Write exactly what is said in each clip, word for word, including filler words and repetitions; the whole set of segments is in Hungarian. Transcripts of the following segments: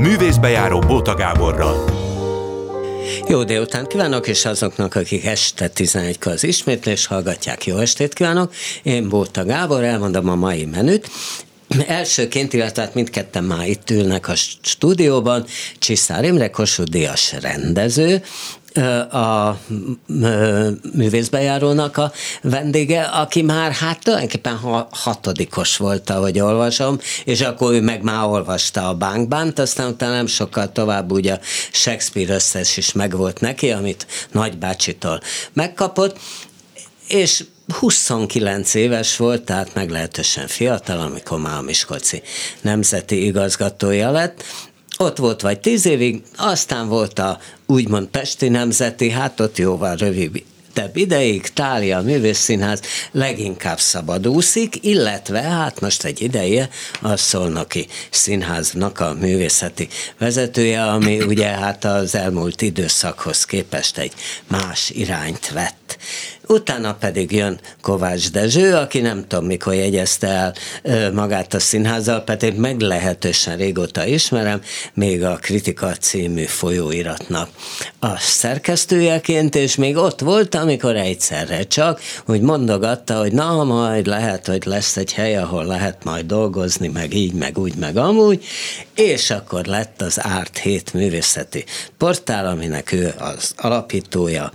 Művészbejáró Bóta Gáborral. Jó délután kívánok, és azoknak, akik este tizenegykor az ismétlés hallgatják, jó estét kívánok. Én Bóta Gábor, elmondom a mai menüt. Elsőként, illetve mindketten már itt ülnek a stúdióban, Csiszár Imre, Kossuth Díjas rendező, a művészbejárónak a vendége, aki már hát tulajdonképpen hatodikos volt, ahogy olvasom, és akkor ő meg már olvasta a Bánk-Bánt, aztán utána nem sokkal tovább úgy a Shakespeare összes is megvolt neki, amit nagybácsitól megkapott, és huszonkilenc éves volt, tehát meglehetősen fiatal, amikor már a miskolci nemzeti igazgatója lett. Ott volt vagy tíz évig, aztán volt a úgymond pesti nemzeti, hát ott jóval rövidebb ideig, Thália Művészszínház, leginkább szabadúszik, illetve hát most egy ideje a Szolnoki Színháznak a művészeti vezetője, ami ugye hát az elmúlt időszakhoz képest egy más irányt vett. Utána pedig jön Kovács Dezső, aki nem tudom mikor jegyezte el magát a színházzal, pedig meglehetősen régóta ismerem, még a Kritika című folyóiratnak a szerkesztőjeként, és még ott volt, amikor egyszerre csak úgy mondogatta, hogy na, majd lehet, hogy lesz egy hely, ahol lehet majd dolgozni, meg így, meg úgy, meg amúgy, és akkor lett az Árt hét művészeti portál, aminek ő az alapítója,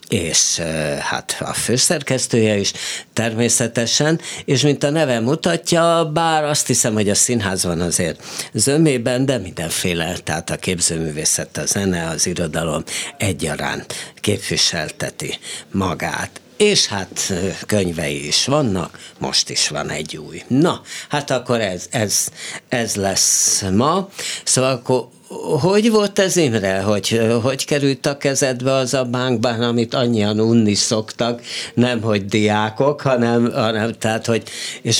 és hát a főszerkesztője is természetesen, és mint a neve mutatja, bár azt hiszem, hogy a színház van azért zömében, de mindenféle, tehát a képzőművészet, a zene, az irodalom egyaránt képviselteti magát. És hát könyvei is vannak, most is van egy új. Na, hát akkor ez, ez, ez lesz ma. Szóval akkor hogy volt ez, Imre? Hogy, hogy került a kezedbe az a Bánk-Bán, amit annyian unni szoktak, nem hogy diákok, hanem, hanem tehát, hogy és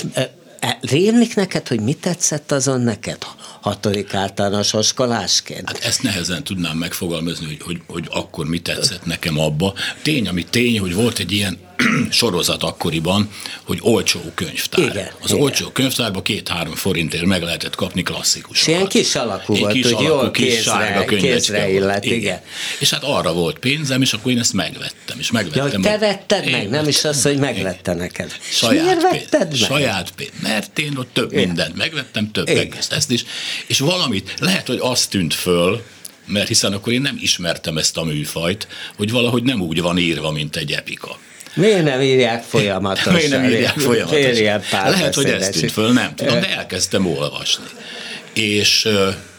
rémlik neked, hogy mi tetszett azon neked hatodik általános iskolásként? Hát ezt nehezen tudnám megfogalmazni, hogy, hogy, hogy akkor mi tetszett nekem abba. Tény, ami tény, hogy volt egy ilyen sorozat akkoriban, hogy olcsó könyvtár. Igen, az igen. olcsó könyvtárban két-három forintért meg lehetett kapni klasszikusokat. És ilyen kis alakú volt, hogy jól kézre, kézre illet, igen. igen. És hát arra volt pénzem, és akkor én ezt megvettem. És megvettem ja, hogy te vetted én meg, nem is az, hogy megvette neked. Saját miért pénz, vetted meg? Saját pénz. Mert én ott több igen. mindent megvettem, több igen. egész ezt is. És valamit, lehet, hogy azt tűnt föl, mert hiszen akkor én nem ismertem ezt a műfajt, hogy valahogy nem úgy van írva, mint egy epika. Miért nem írják folyamatosan? Miért nem írják folyamatosan? Lehet, hogy ezt tűnt föl, nem tudom, de elkezdtem olvasni. És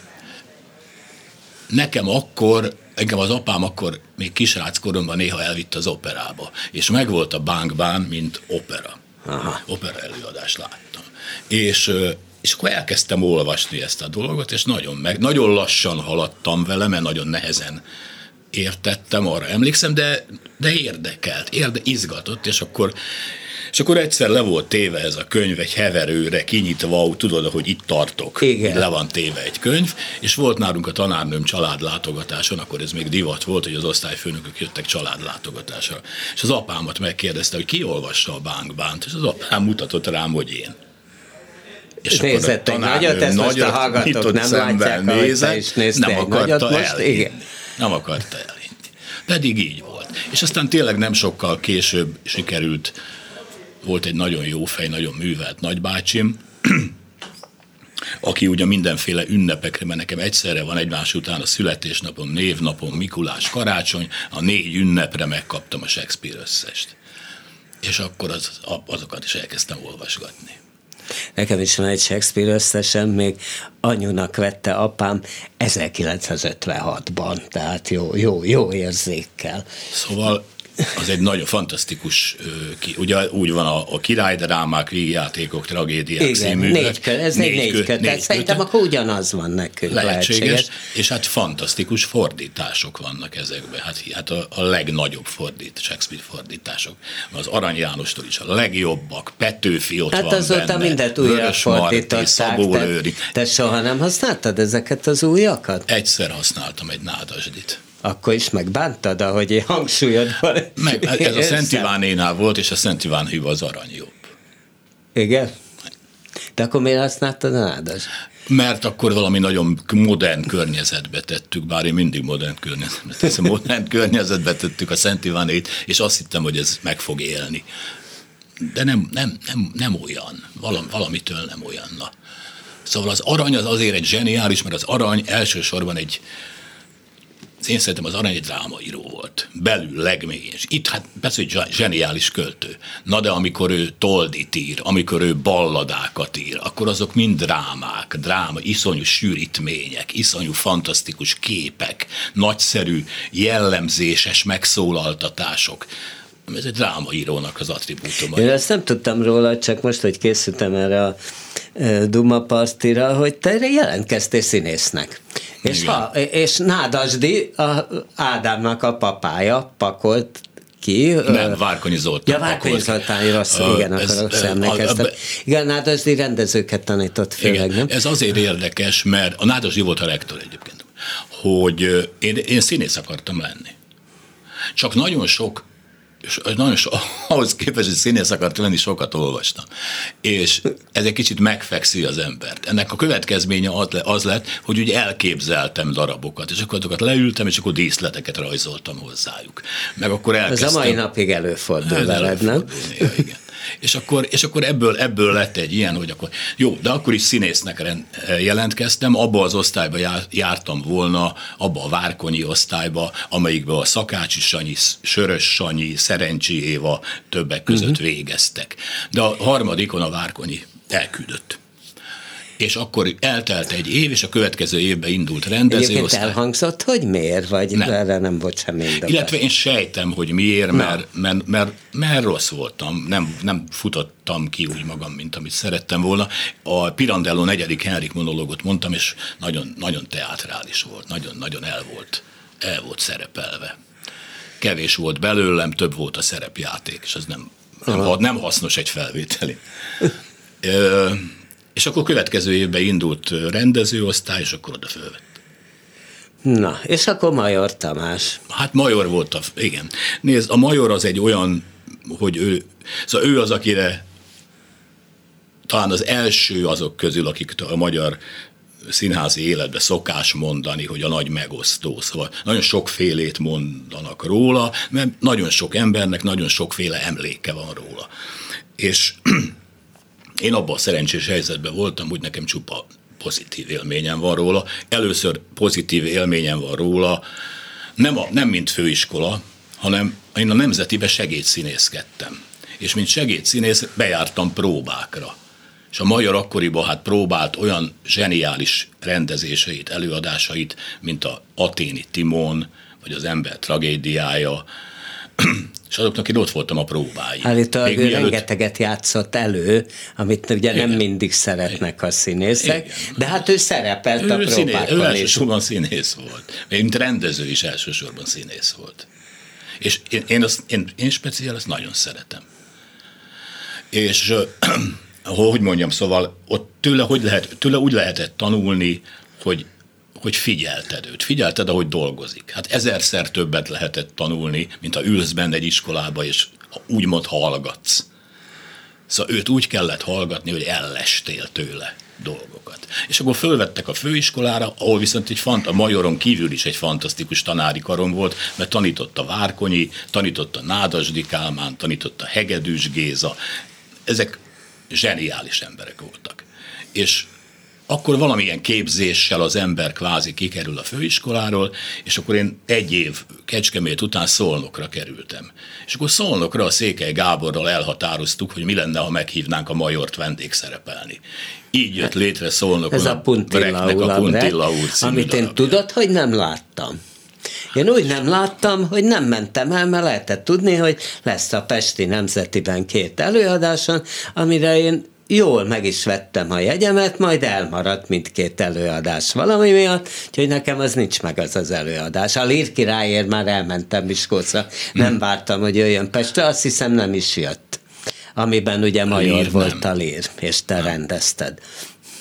nekem akkor, engem az apám akkor még kisrác koromban néha elvitt az operába, és megvolt a Bánk-Bán, mint opera. Aha. Opera előadást láttam. És És akkor elkezdtem olvasni ezt a dolgot, és nagyon, meg, nagyon lassan haladtam vele, mert nagyon nehezen értettem, arra emlékszem, de, de érdekelt, érde, izgatott, és akkor, és akkor egyszer le volt téve ez a könyv egy heverőre, kinyitva, tudod, hogy itt tartok, le van téve egy könyv, és volt nálunk a tanárnőm családlátogatáson, akkor ez még divat volt, hogy az osztályfőnökök jöttek családlátogatásra, és az apámat megkérdezte, hogy ki olvassa a Bánk-Bánt, és az apám mutatott rám, hogy én. És nézett egy nagyot, ezt most a hallgatók nem látják, ahogy te is néztél egy nagyot most. Igen. Nem akarta elhinni. Pedig így volt. És aztán tényleg nem sokkal később sikerült, volt egy nagyon jó fej, nagyon művelt nagybácsim, aki ugye mindenféle ünnepekre, mert nekem egyszerre van egymás után a születésnapom, névnapom, Mikulás, karácsony, a négy ünnepre megkaptam a Shakespeare összest. És akkor az, azokat is elkezdtem olvasgatni. Nekem is van egy Shakespeare összesen, még anyunak vette apám ezerkilencszázötvenhatban, tehát jó, jó, jó érzékkel. Szóval az egy nagyon fantasztikus, ugye úgy van a, a királydrámák, vígjátékok, tragédiák igen, című. Négy kötet, ez négy, négy kötet, négy szerintem kötet. Akkor ugyanaz van nekünk. Lehetséges, lehetséges, és hát fantasztikus fordítások vannak ezekben. Hát, hát a, a legnagyobb fordít, Shakespeare fordítások. Az Arany Jánostól is a legjobbak, Petőfi ott hát van azóta benne. mindent újra fordították. Te, te soha nem használtad ezeket az újakat? Egyszer használtam egy nádasdit. Akkor is megbántad, ahogy én hangsúlyod van. Meg, ez a Szent Ivánénál volt, és a Szent Iván hív az arany jobb. Igen? De akkor miért használtad a nádas? Mert akkor valami nagyon modern környezetbe tettük, bár én mindig modern környezetbe teszem, modern környezetbe tettük a Szent Ivánét, és azt hittem, hogy ez meg fog élni. De nem, nem, nem, nem olyan, Valam, valamitől nem olyan. Na. Szóval az arany az azért egy zseniális, mert az arany elsősorban egy, én szerintem az arany egy drámaíró volt. Belül legmélyén. Itt hát persze, hogy zseniális költő. Na de amikor ő toldit ír, amikor ő balladákat ír, akkor azok mind drámák, dráma, iszonyú sűrítmények, iszonyú fantasztikus képek, nagyszerű, jellemzéses megszólaltatások. Ez egy drámaírónak az attribútuma. Én ezt nem tudtam róla, csak most, hogy készültem erre a Duma partira, hogy te jelentkeztél színésznek. És, ha, és Nádasdy, a Ádámnak a papája pakolt ki. Nem, Várkonyi Zoltán. Ja, Várkonyi Zoltán, rossz, uh, igen, ez, akkor emlékeztem. Igen, Nádasdy rendezőket tanított főleg, igen, nem? Ez azért érdekes, mert a Nádasdy volt a rektor egyébként, hogy én, én színész akartam lenni. Csak nagyon sok és nagyon so, ahhoz képest, hogy színész akart lenni, sokat olvastam. És ez egy kicsit megfekszi az embert. Ennek a következménye az lett, hogy úgy elképzeltem darabokat, és akkor azokat leültem, és akkor díszleteket rajzoltam hozzájuk. Meg akkor elkezdtem. Ez a mai napig előfordul veled, nem? Néha, igen. És akkor, és akkor ebből, ebből lett egy ilyen, hogy akkor jó, de akkor is színésznek jelentkeztem, abba az osztályba jártam volna, abba a Várkonyi osztályba, amelyikben a Szakácsi Sanyi, Sörös Sanyi, Szerencsi Éva többek között uh-huh. végeztek. De a harmadikon a Várkonyi elküldött. És akkor eltelt egy év, és a következő évben indult rendezőosztály. Egyébként elhangzott, hogy miért, vagy nem. Erre nem volt semmi indokás. Illetve én sejtem, hogy miért, mert, mert, mert, mert rossz voltam, nem, nem futottam ki úgy magam, mint amit szerettem volna. A Pirandello negyedik Henrik monológot mondtam, és nagyon, nagyon teátrális volt, nagyon-nagyon el volt, el volt szerepelve. Kevés volt belőlem, több volt a szerepjáték, és az nem, nem, nem hasznos egy felvételi. És akkor következő évben indult rendezőosztály, és akkor oda fölvett. Na, és akkor Major Tamás. Hát Major volt, a, igen. Nézd, a Major az egy olyan, hogy ő, szóval ő az, akire talán az első azok közül, akik a magyar színházi életbe szokás mondani, hogy a nagy megosztó. Szóval nagyon sokfélét mondanak róla, mert nagyon sok embernek nagyon sokféle emléke van róla. És én abban a szerencsés helyzetben voltam, hogy nekem csupa pozitív élményem van róla. Először pozitív élményem van róla, nem, a, nem mint főiskola, hanem én a Nemzetibe segédszínészkedtem. És mint segédszínész bejártam próbákra. És a Major akkoriban hát próbált olyan zseniális rendezéseit, előadásait, mint a Athéni Timon, vagy az Ember tragédiája, és azoknak én ott voltam a próbáin. Állítólag ő mielőtt... rengeteget játszott elő, amit ugye igen. nem mindig szeretnek a színészek, igen. de hát ő szerepelt ő a próbákon színész, Ő elsősorban színész volt. Mint rendező is elsősorban színész volt. És én, én, azt, én, én speciál ezt nagyon szeretem. És hogy mondjam, szóval ott tőle, hogy lehet, tőle úgy lehetett tanulni, hogy hogy figyelted őt, figyelted, ahogy dolgozik. Hát ezerszer többet lehetett tanulni, mint ha ülsz benne egy iskolába, és úgymond hallgatsz. Szóval őt úgy kellett hallgatni, hogy ellestél tőle dolgokat. És akkor fölvettek a főiskolára, ahol viszont egy fant, a Majoron kívül is egy fantasztikus tanári karom volt, mert tanította Várkonyi, tanította Nádasdy Kálmán, tanította Hegedűs Géza. Ezek zseniális emberek voltak. És akkor valamilyen képzéssel az ember kvázi kikerül a főiskoláról, és akkor én egy év Kecskemét után Szolnokra kerültem. És akkor Szolnokra a Székely Gáborral elhatároztuk, hogy mi lenne, ha meghívnánk a Majort vendégszerepelni. Így jött létre Szolnokon. Ez a Puntilla úr, a Puntilla úr amit én tudod, hogy nem láttam. Én úgy nem láttam, hogy nem mentem el, mert lehetett tudni, hogy lesz a Pesti Nemzetiben két előadáson, amire én jól meg is vettem a jegyemet, majd elmaradt mindkét előadás valami miatt, úgyhogy nekem az nincs meg az az előadás. A Lír királyért már elmentem Miskolcra, nem hmm. vártam, hogy jöjjön Pestre, azt hiszem nem is jött, amiben ugye Major Lír volt nem. a Lír, és te nem. rendezted.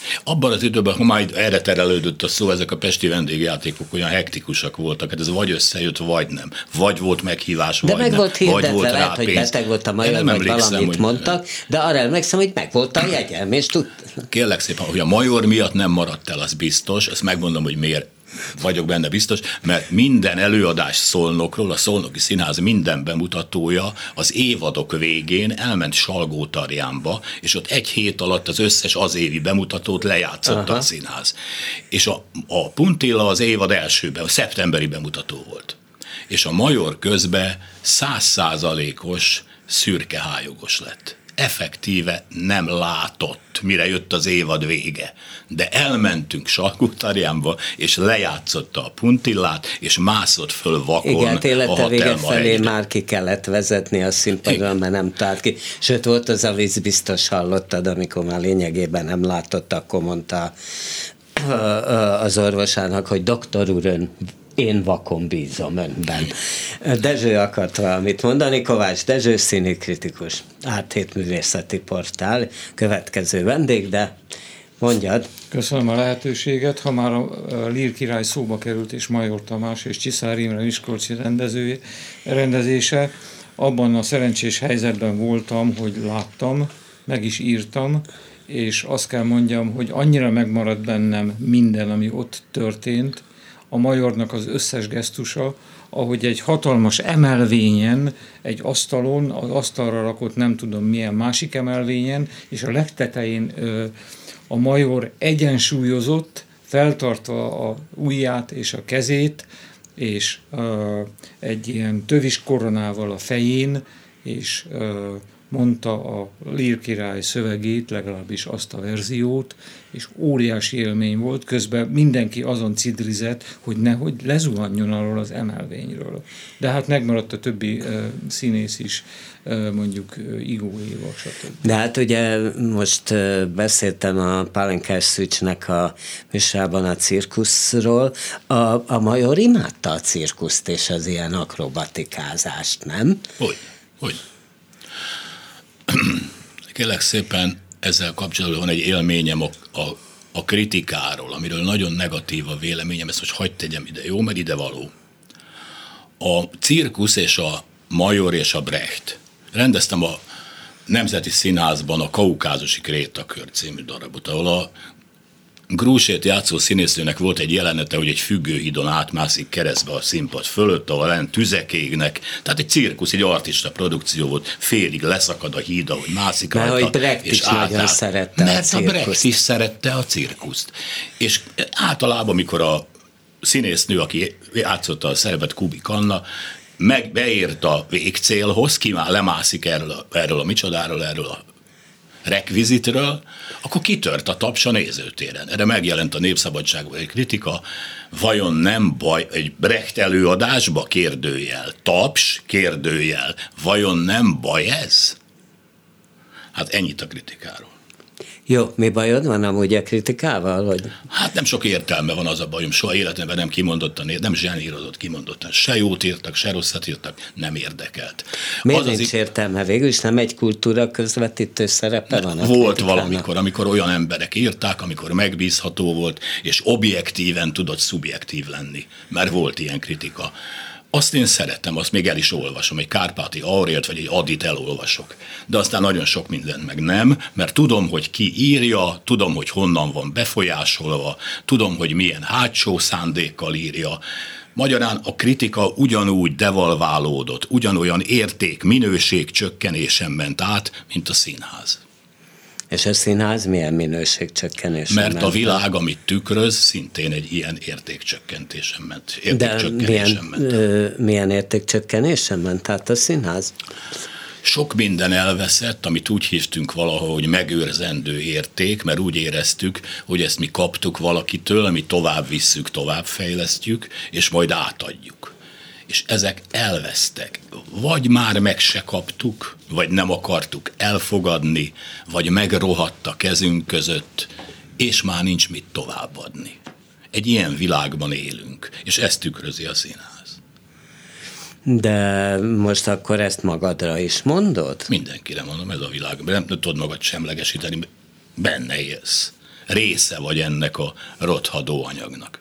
Abban az időben, ha már erre terelődött a szó, ezek a pesti vendégjátékok olyan hektikusak voltak, hát ez vagy összejött, vagy nem. Vagy volt meghívás, de vagy meg nem. volt hirdetve, volt lehet, hogy beteg volt a Major, vagy valamit hogy... mondtak, de arra emlékszem, hogy meg volt a jegyem, és tud... Kérlek szépen, hogy a Major miatt nem maradt el, az biztos, ezt megmondom, hogy miért vagyok benne biztos, mert minden előadás Szolnokról, a Szolnoki Színház minden bemutatója az évadok végén elment Salgótarjánba, és ott egy hét alatt az összes azévi bemutatót lejátszotta Aha. a színház. És a, a Puntilla az évad elsőben, a szeptemberi bemutató volt. És a Major közben száz százalékos szürkehályogos lett. Effektíve nem látott, mire jött az évad vége. De elmentünk Salgótarjánba, és lejátszotta a Puntillát, és mászott föl vakon. Igen, élete a vége felé egyre. már ki kellett vezetni a színpadra, mert nem talált ki. Sőt, volt az a víz, biztos hallottad, amikor már lényegében nem látott, akkor mondta az orvosának, hogy doktor úr, ön én vakon bízom önben. Dezső akart valamit mondani, Kovács Dezső, színikritikus, Árthét Művészeti Portál, következő vendég, de mondjad. Köszönöm a lehetőséget, ha már a Lír király szóba került, és Major Tamás és Csiszár Imre miskolci rendezője, rendezése, abban a szerencsés helyzetben voltam, hogy láttam, meg is írtam, és azt kell mondjam, hogy annyira megmaradt bennem minden, ami ott történt, a Majornak az összes gesztusa, ahogy egy hatalmas emelvényen, egy asztalon, az asztalra rakott nem tudom milyen másik emelvényen, és a legtetején a Major egyensúlyozott, feltartva a ujját és a kezét, és egy ilyen tövis koronával a fején, és mondta a Lír király szövegét, legalábbis azt a verziót, és óriási élmény volt, közben mindenki azon cidrizett, hogy nehogy lezuhanjon arról az emelvényről. De hát megmaradt a többi uh, színész is, uh, mondjuk uh, Igó Éva, stb. De hát ugye most uh, beszéltem a Pálinkás Szűcsnek a műsorában a cirkuszról. A, a Major imádta a cirkuszt és az ilyen akrobatikázást, nem? Hogy? Hogy? Kérlek szépen, ezzel kapcsolatban van egy élményem a, a, a kritikáról, amiről nagyon negatív a véleményem, ezt most hagyd tegyem ide, jó, mert ide való. A cirkusz és a Major és a Brecht. Rendeztem a Nemzeti Színházban a Kaukázusi Krétakör című darabot, ahol a Grúsét játszó színésznőnek volt egy jelenete, hogy egy függőhídon átmászik keresztbe a színpad fölött, ahol ellen tüzek égnek. Tehát egy cirkusz, egy artista produkció volt, félig leszakad a híd, ahogy mászik rajta. Mert hogy Brecht is nagyon szerette Mert a cirkuszt. Mert a Brecht is szerette a cirkuszt. És általában, amikor a színésznő, aki játszotta a szerepet, Kubik Anna, meg beért a végcélhoz, ki már lemászik erről a, erről a micsodáról, erről a rekvizitről, akkor kitört a taps a nézőtéren. Erre megjelent a Népszabadságban egy kritika, vajon nem baj, egy Brecht előadásba kérdőjel, taps kérdőjel, vajon nem baj ez? Hát ennyit a kritikáról. Jó, mi bajod van amúgy a kritikával? Vagy? Hát nem sok értelme van, az a bajom, soha életemben nem kimondottan, nem zsenírozott kimondottan. Se jót írtak, se rosszat írtak, nem érdekelt. Miért az nincs az értelme? Végül is nem egy kultúra közvetítő szerepe van? Volt valamikor, amikor olyan emberek írták, amikor megbízható volt, és objektíven tudott szubjektív lenni, mert volt ilyen kritika. Azt én szeretem, azt még el is olvasom, egy Kárpáti Aurélt vagy egy Adit elolvasok. De aztán nagyon sok mindent meg nem, mert tudom, hogy ki írja, tudom, hogy honnan van befolyásolva, tudom, hogy milyen hátsó szándékkal írja. Magyarán a kritika ugyanúgy devalválódott, ugyanolyan érték, minőség csökkenésen ment át, mint a színház. És a színház milyen minőségcsökkenésen Mert ment? a világ, amit tükröz, szintén egy ilyen értékcsökkentésen ment. Értékcsökkenésen De ment. Ö, milyen értékcsökkenésen ment át a színház? Sok minden elveszett, amit úgy hívtunk valahol, hogy megőrzendő érték, mert úgy éreztük, hogy ezt mi kaptuk valakitől, ami tovább visszük, tovább fejlesztjük, és majd átadjuk. És ezek elvesztek. Vagy már meg se kaptuk, vagy nem akartuk elfogadni, vagy megrohadt a kezünk között, és már nincs mit továbbadni. Egy ilyen világban élünk, és ezt tükrözi a színház. De most akkor ezt magadra is mondod? Mindenkire mondom, ez a világ. Nem tudod magad semlegesíteni, benne élsz. része vagy ennek a rothadó anyagnak.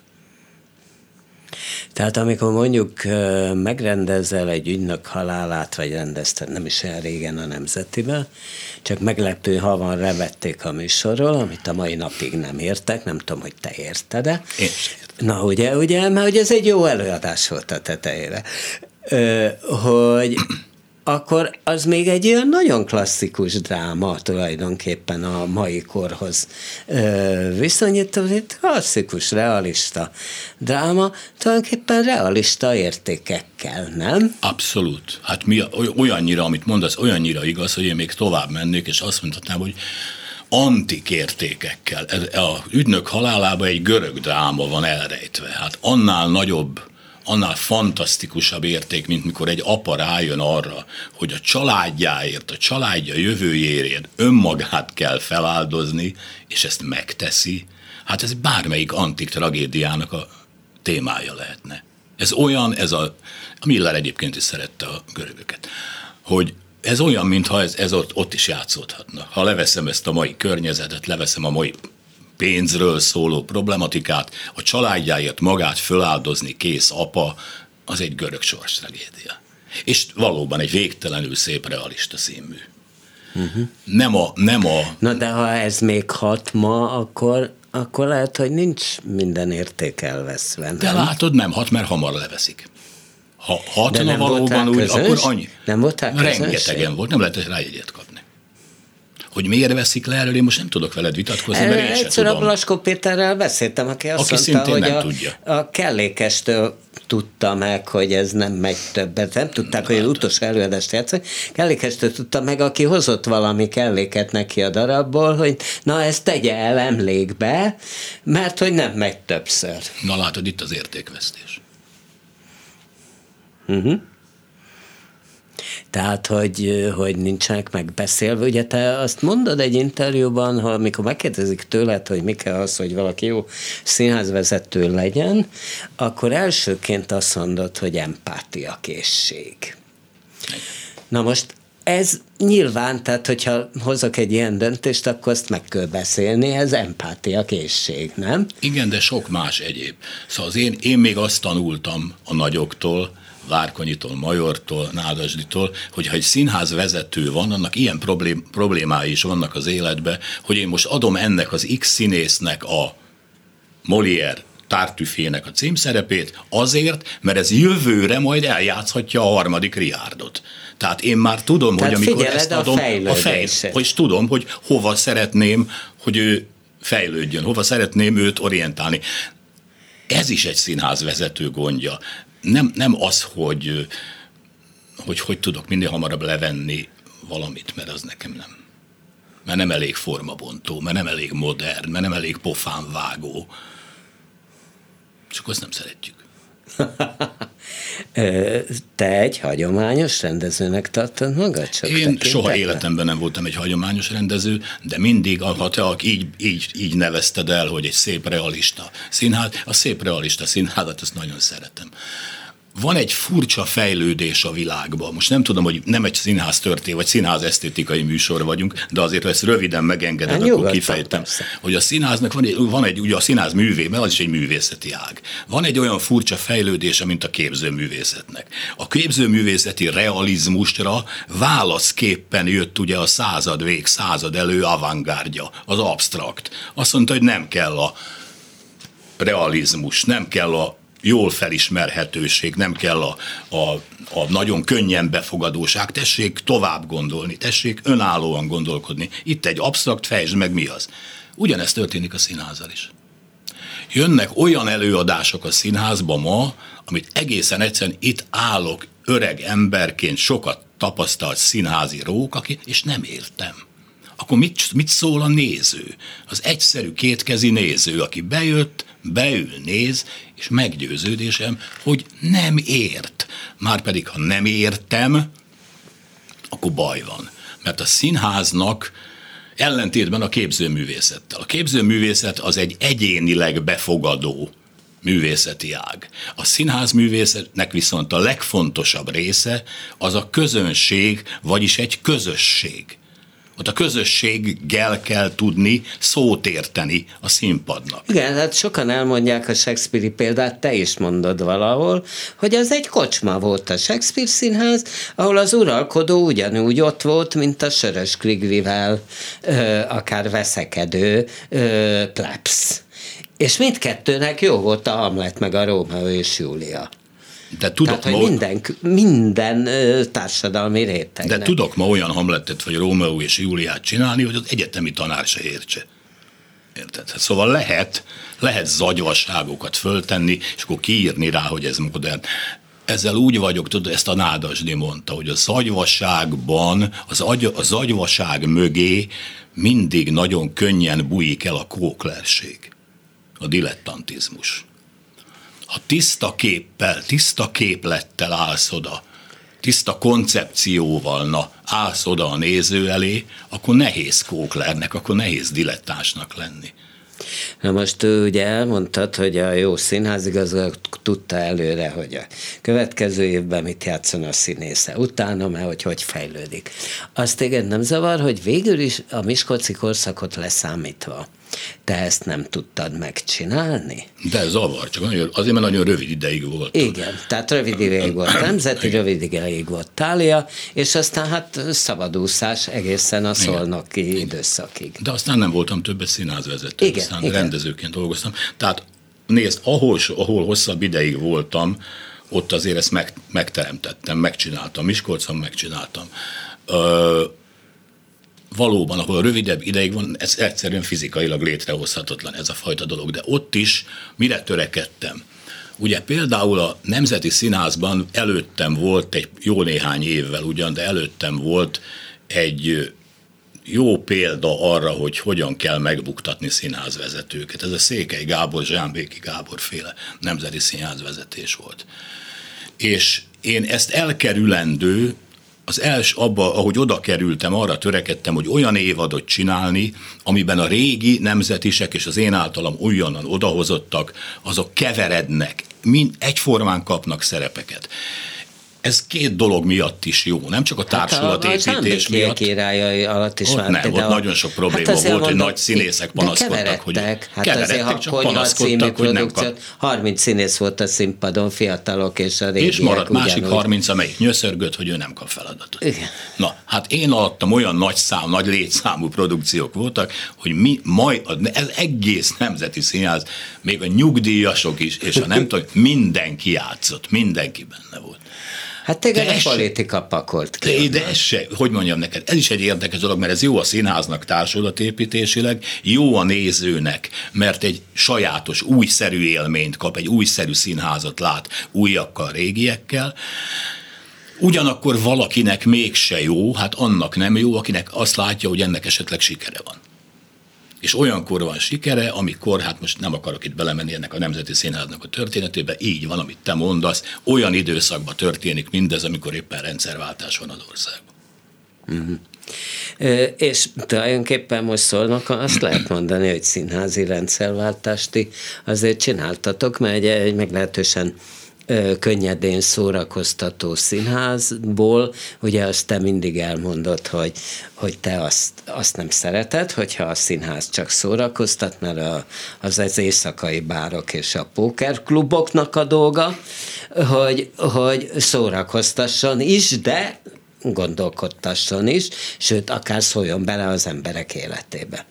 Tehát amikor mondjuk megrendezel egy ügynök halálát, vagy rendezted nem is olyan régen a Nemzetiben, csak meglepő havan revették a műsorról, amit a mai napig nem értek, nem tudom, hogy te érted-e. Én Na ugye, ugye, mert hogy ez egy jó előadás volt a tetejére. Ö, hogy akkor az még egy olyan nagyon klasszikus dráma tulajdonképpen a mai korhoz viszonyítva, klasszikus, realista dráma, tulajdonképpen realista értékekkel, nem? Abszolút. Hát mi, olyannyira, amit mondasz, olyannyira igaz, hogy én még tovább mennék, és azt mondhatnám, hogy antik értékekkel. A ügynök halálában egy görög dráma van elrejtve. Hát annál nagyobb, annál fantasztikusabb érték, mint mikor egy apa rájön arra, hogy a családjáért, a családja jövőjéért önmagát kell feláldozni, és ezt megteszi. Hát ez bármelyik antik tragédiának a témája lehetne. Ez olyan, ez a, a Miller egyébként is szerette a görögöket, hogy ez olyan, mintha ez, ez ott, ott is játszódhatna. Ha leveszem ezt a mai környezetet, leveszem a mai pénzről szóló problematikát, a családjáért magát föláldozni kész apa, az egy görög sors tragédia. És valóban egy végtelenül szép realista színmű. Uh-huh. Nem a... Nem a Na de ha ez még hat ma, akkor, akkor lehet, hogy nincs minden érték elveszve. Nem? De látod, nem hat, mert hamar leveszik. Ha hatna valóban úgy, közös? Akkor annyi. Nem voltál közönség? Rengetegen volt, nem lehet rá jegyet kapni. Hogy miért veszik le erről, én most nem tudok veled vitatkozni, mert én sem Egyszer tudom. a Blaskó Péterrel beszéltem, aki azt Aki mondta, hogy nem a, tudja. a kellékestől tudta meg, hogy ez nem megy többet. Nem tudták, hogy az utolsó előadást játszani. Kellékestől tudta meg, aki hozott valami kelléket neki a darabból, hogy na ezt tegye el emlékbe, mert hogy nem megy többször. Na látod, itt az értékvesztés. Uh-huh. Tehát, hogy, hogy nincsenek megbeszélve. Ugye te azt mondod egy interjúban, ha amikor megkérdezik tőled, hogy mi kell az, hogy valaki jó színházvezető legyen, akkor elsőként azt mondod, hogy empátiakészség. Na most ez nyilván, tehát hogyha hozok egy ilyen döntést, akkor azt meg kell beszélni, ez empátiakészség, nem? Igen, de sok más egyéb. Szóval az én, én még azt tanultam a nagyoktól, Várkonyitól, Majortól, Nádasditól, hogy ha egy színház vezető van, annak ilyen problém, problémái is vannak az életbe, hogy én most adom ennek az X színésznek a Molière Tartüffének a címszerepét azért, mert ez jövőre majd eljátszhatja a harmadik Richardot. Tehát én már tudom, Tehát hogy amikor ezt adom, a, a fej, és tudom, hogy hova szeretném, hogy ő fejlődjön, hova szeretném őt orientálni. Ez is egy színházvezető gondja. Nem, nem az, hogy, hogy hogy tudok minél hamarabb levenni valamit, mert az nekem nem. Mert nem elég formabontó, mert nem elég modern, mert nem elég pofánvágó. Csak azt nem szeretjük. Te egy hagyományos rendezőnek tartod magad? Csak Én soha életemben nem voltam egy hagyományos rendező, de mindig, ha te így, így, így nevezted el, hogy egy szép realista színház, a szép realista színházat, azt nagyon szeretem. Van egy furcsa fejlődés a világban. Most nem tudom, hogy nem egy színház történet, vagy színház esztétikai műsor vagyunk, de azért ezt röviden megengeded, hát, akkor kifejtem, persze. Hogy a színháznak van egy, van egy, ugye a színház művében, az is egy művészeti ág. Van egy olyan furcsa fejlődése, mint a képzőművészetnek. A képzőművészeti realizmusra válaszképpen jött ugye a század vég, század elő avantgárdja, az absztrakt. Azt mondta, hogy nem kell a realizmus, nem kell a jól felismerhetőség, nem kell a, a, a nagyon könnyen befogadóság, tessék tovább gondolni, tessék önállóan gondolkodni. Itt egy absztrakt, fejtsd meg mi az. Ugyanezt történik a színházzal is. Jönnek olyan előadások a színházba ma, amit egészen egyszerűen itt állok öreg emberként, sokat tapasztalt színházi rók, aki, és nem értem. Akkor mit, mit szól a néző? Az egyszerű kétkezi néző, aki bejött, beül, néz, és meggyőződésem, hogy nem ért. Márpedig, ha nem értem, akkor baj van. Mert a színháznak ellentétben a képzőművészettel. A képzőművészet az egy egyénileg befogadó művészeti ág. A színházművészetnek viszont a legfontosabb része az a közönség, vagyis egy közösség. Ott a közösséggel kell tudni szót érteni a színpadnak. Igen, hát sokan elmondják a Shakespeare-i példát, te is mondod valahol, hogy az egy kocsma volt a Shakespeare színház, ahol az uralkodó ugyanúgy ott volt, mint a Sörös Krigvivel ö, akár veszekedő ö, plebs. És mindkettőnek jó volt a Hamlet, meg a Rómeó és Júlia. De tudok Tehát, ma, hogy minden, minden ö, társadalmi rétegnek. de tudok ma olyan Hamletet, vagy Rómeó és Júliát csinálni, hogy az egyetemi tanár se értse. Érted? Szóval lehet, lehet zagyvaságokat föltenni, és akkor kiírni rá, hogy ez modern. Ezzel úgy vagyok, tudod, ezt a Nádasdy mondta, hogy a zagyvaságban, az, agy, a zagyvaság mögé mindig nagyon könnyen bujik el a kóklerség, a dilettantizmus. Ha tiszta képpel, tiszta képlettel állsz oda, tiszta koncepcióval, na, állsz oda a néző elé, akkor nehéz kóklernek, akkor nehéz dilettánsnak lenni. Na most ugye elmondtad, hogy a jó színházigazgató tudta előre, hogy a következő évben mit játszon a színésze utána, mert hogy hogy fejlődik. Azt téged nem zavar, hogy végül is a miskolci korszakot leszámítva te ezt nem tudtad megcsinálni? De zavar, csak nagyon, azért, mert nagyon rövid ideig volt. Igen, tehát rövid ideig volt Nemzeti, rövid ideig volt Thália, és aztán hát szabadúszás egészen a szolnoki igen. időszakig. De aztán nem voltam többet színházvezető, igen, aztán igen. rendezőként dolgoztam. Tehát nézd, ahol, ahol hosszabb ideig voltam, ott azért ezt meg, megteremtettem, megcsináltam, Miskolcon megcsináltam. Ö, Valóban, ahol rövidebb ideig van, ez egyszerűen fizikailag létrehozhatatlan ez a fajta dolog, de ott is mire törekedtem? Ugye például a Nemzeti Színházban előttem volt egy jó néhány évvel ugyan, de előttem volt egy jó példa arra, hogy hogyan kell megbuktatni színházvezetőket. Ez a Székely Gábor, Zsámbéki Gábor féle nemzeti színházvezetés volt. És én ezt elkerülendő, az els, abba, ahogy oda kerültem, arra törekedtem, hogy olyan évadot csinálni, amiben a régi nemzetisek és az én általam olyanan odahozottak, azok keverednek, mind egyformán kapnak szerepeket. Ez két dolog miatt is jó, nem csak a társulatépítés hát miatt. Királyai alatt is ott már. nem, ott a... nagyon sok probléma hát volt, hogy nagy színészek panaszkodtak. Hogy hát keveredtek, azért, csak panaszkodtak, hogy nem kap. harminc színész volt a színpadon, fiatalok és a régiek. És maradt ugyanúgy. másik harminc, amelyik nyöszörgött, hogy ő nem kap feladatot. Igen. Na, hát én alattam olyan nagy szám, nagy létszámú produkciók voltak, hogy mi, majd, ez egész Nemzeti Színház, még a nyugdíjasok is, és a nem tudom, mindenki játszott, mindenki benne volt. Hát téged a politika pakolt ki. De, de ez se, hogy mondjam neked, ez is egy érdekes dolog, mert ez jó a színháznak társulatépítésileg, jó a nézőnek, mert egy sajátos, újszerű élményt kap, egy újszerű színházat lát újakkal, régiekkel. Ugyanakkor valakinek mégse jó, hát annak nem jó, akinek azt látja, hogy ennek esetleg sikere van. És olyankor van sikere, amikor, hát most nem akarok itt belemenni ennek a Nemzeti Színháznak a történetébe, így van, amit te mondasz, olyan időszakban történik mindez, amikor éppen rendszerváltás van az országban. Uh-huh. Ö, és tulajdonképpen most szólnak, azt lehet mondani, hogy színházi rendszerváltást ti azért csináltatok, mert egy, egy meglehetősen könnyedén szórakoztató színházból, ugye azt te mindig elmondod, hogy, hogy te azt, azt nem szereted, hogyha a színház csak szórakoztat, mert a, az az éjszakai bárok és a pókerkluboknak a dolga, hogy, hogy szórakoztasson is, de gondolkodtasson is, sőt, akár szóljon bele az emberek életébe.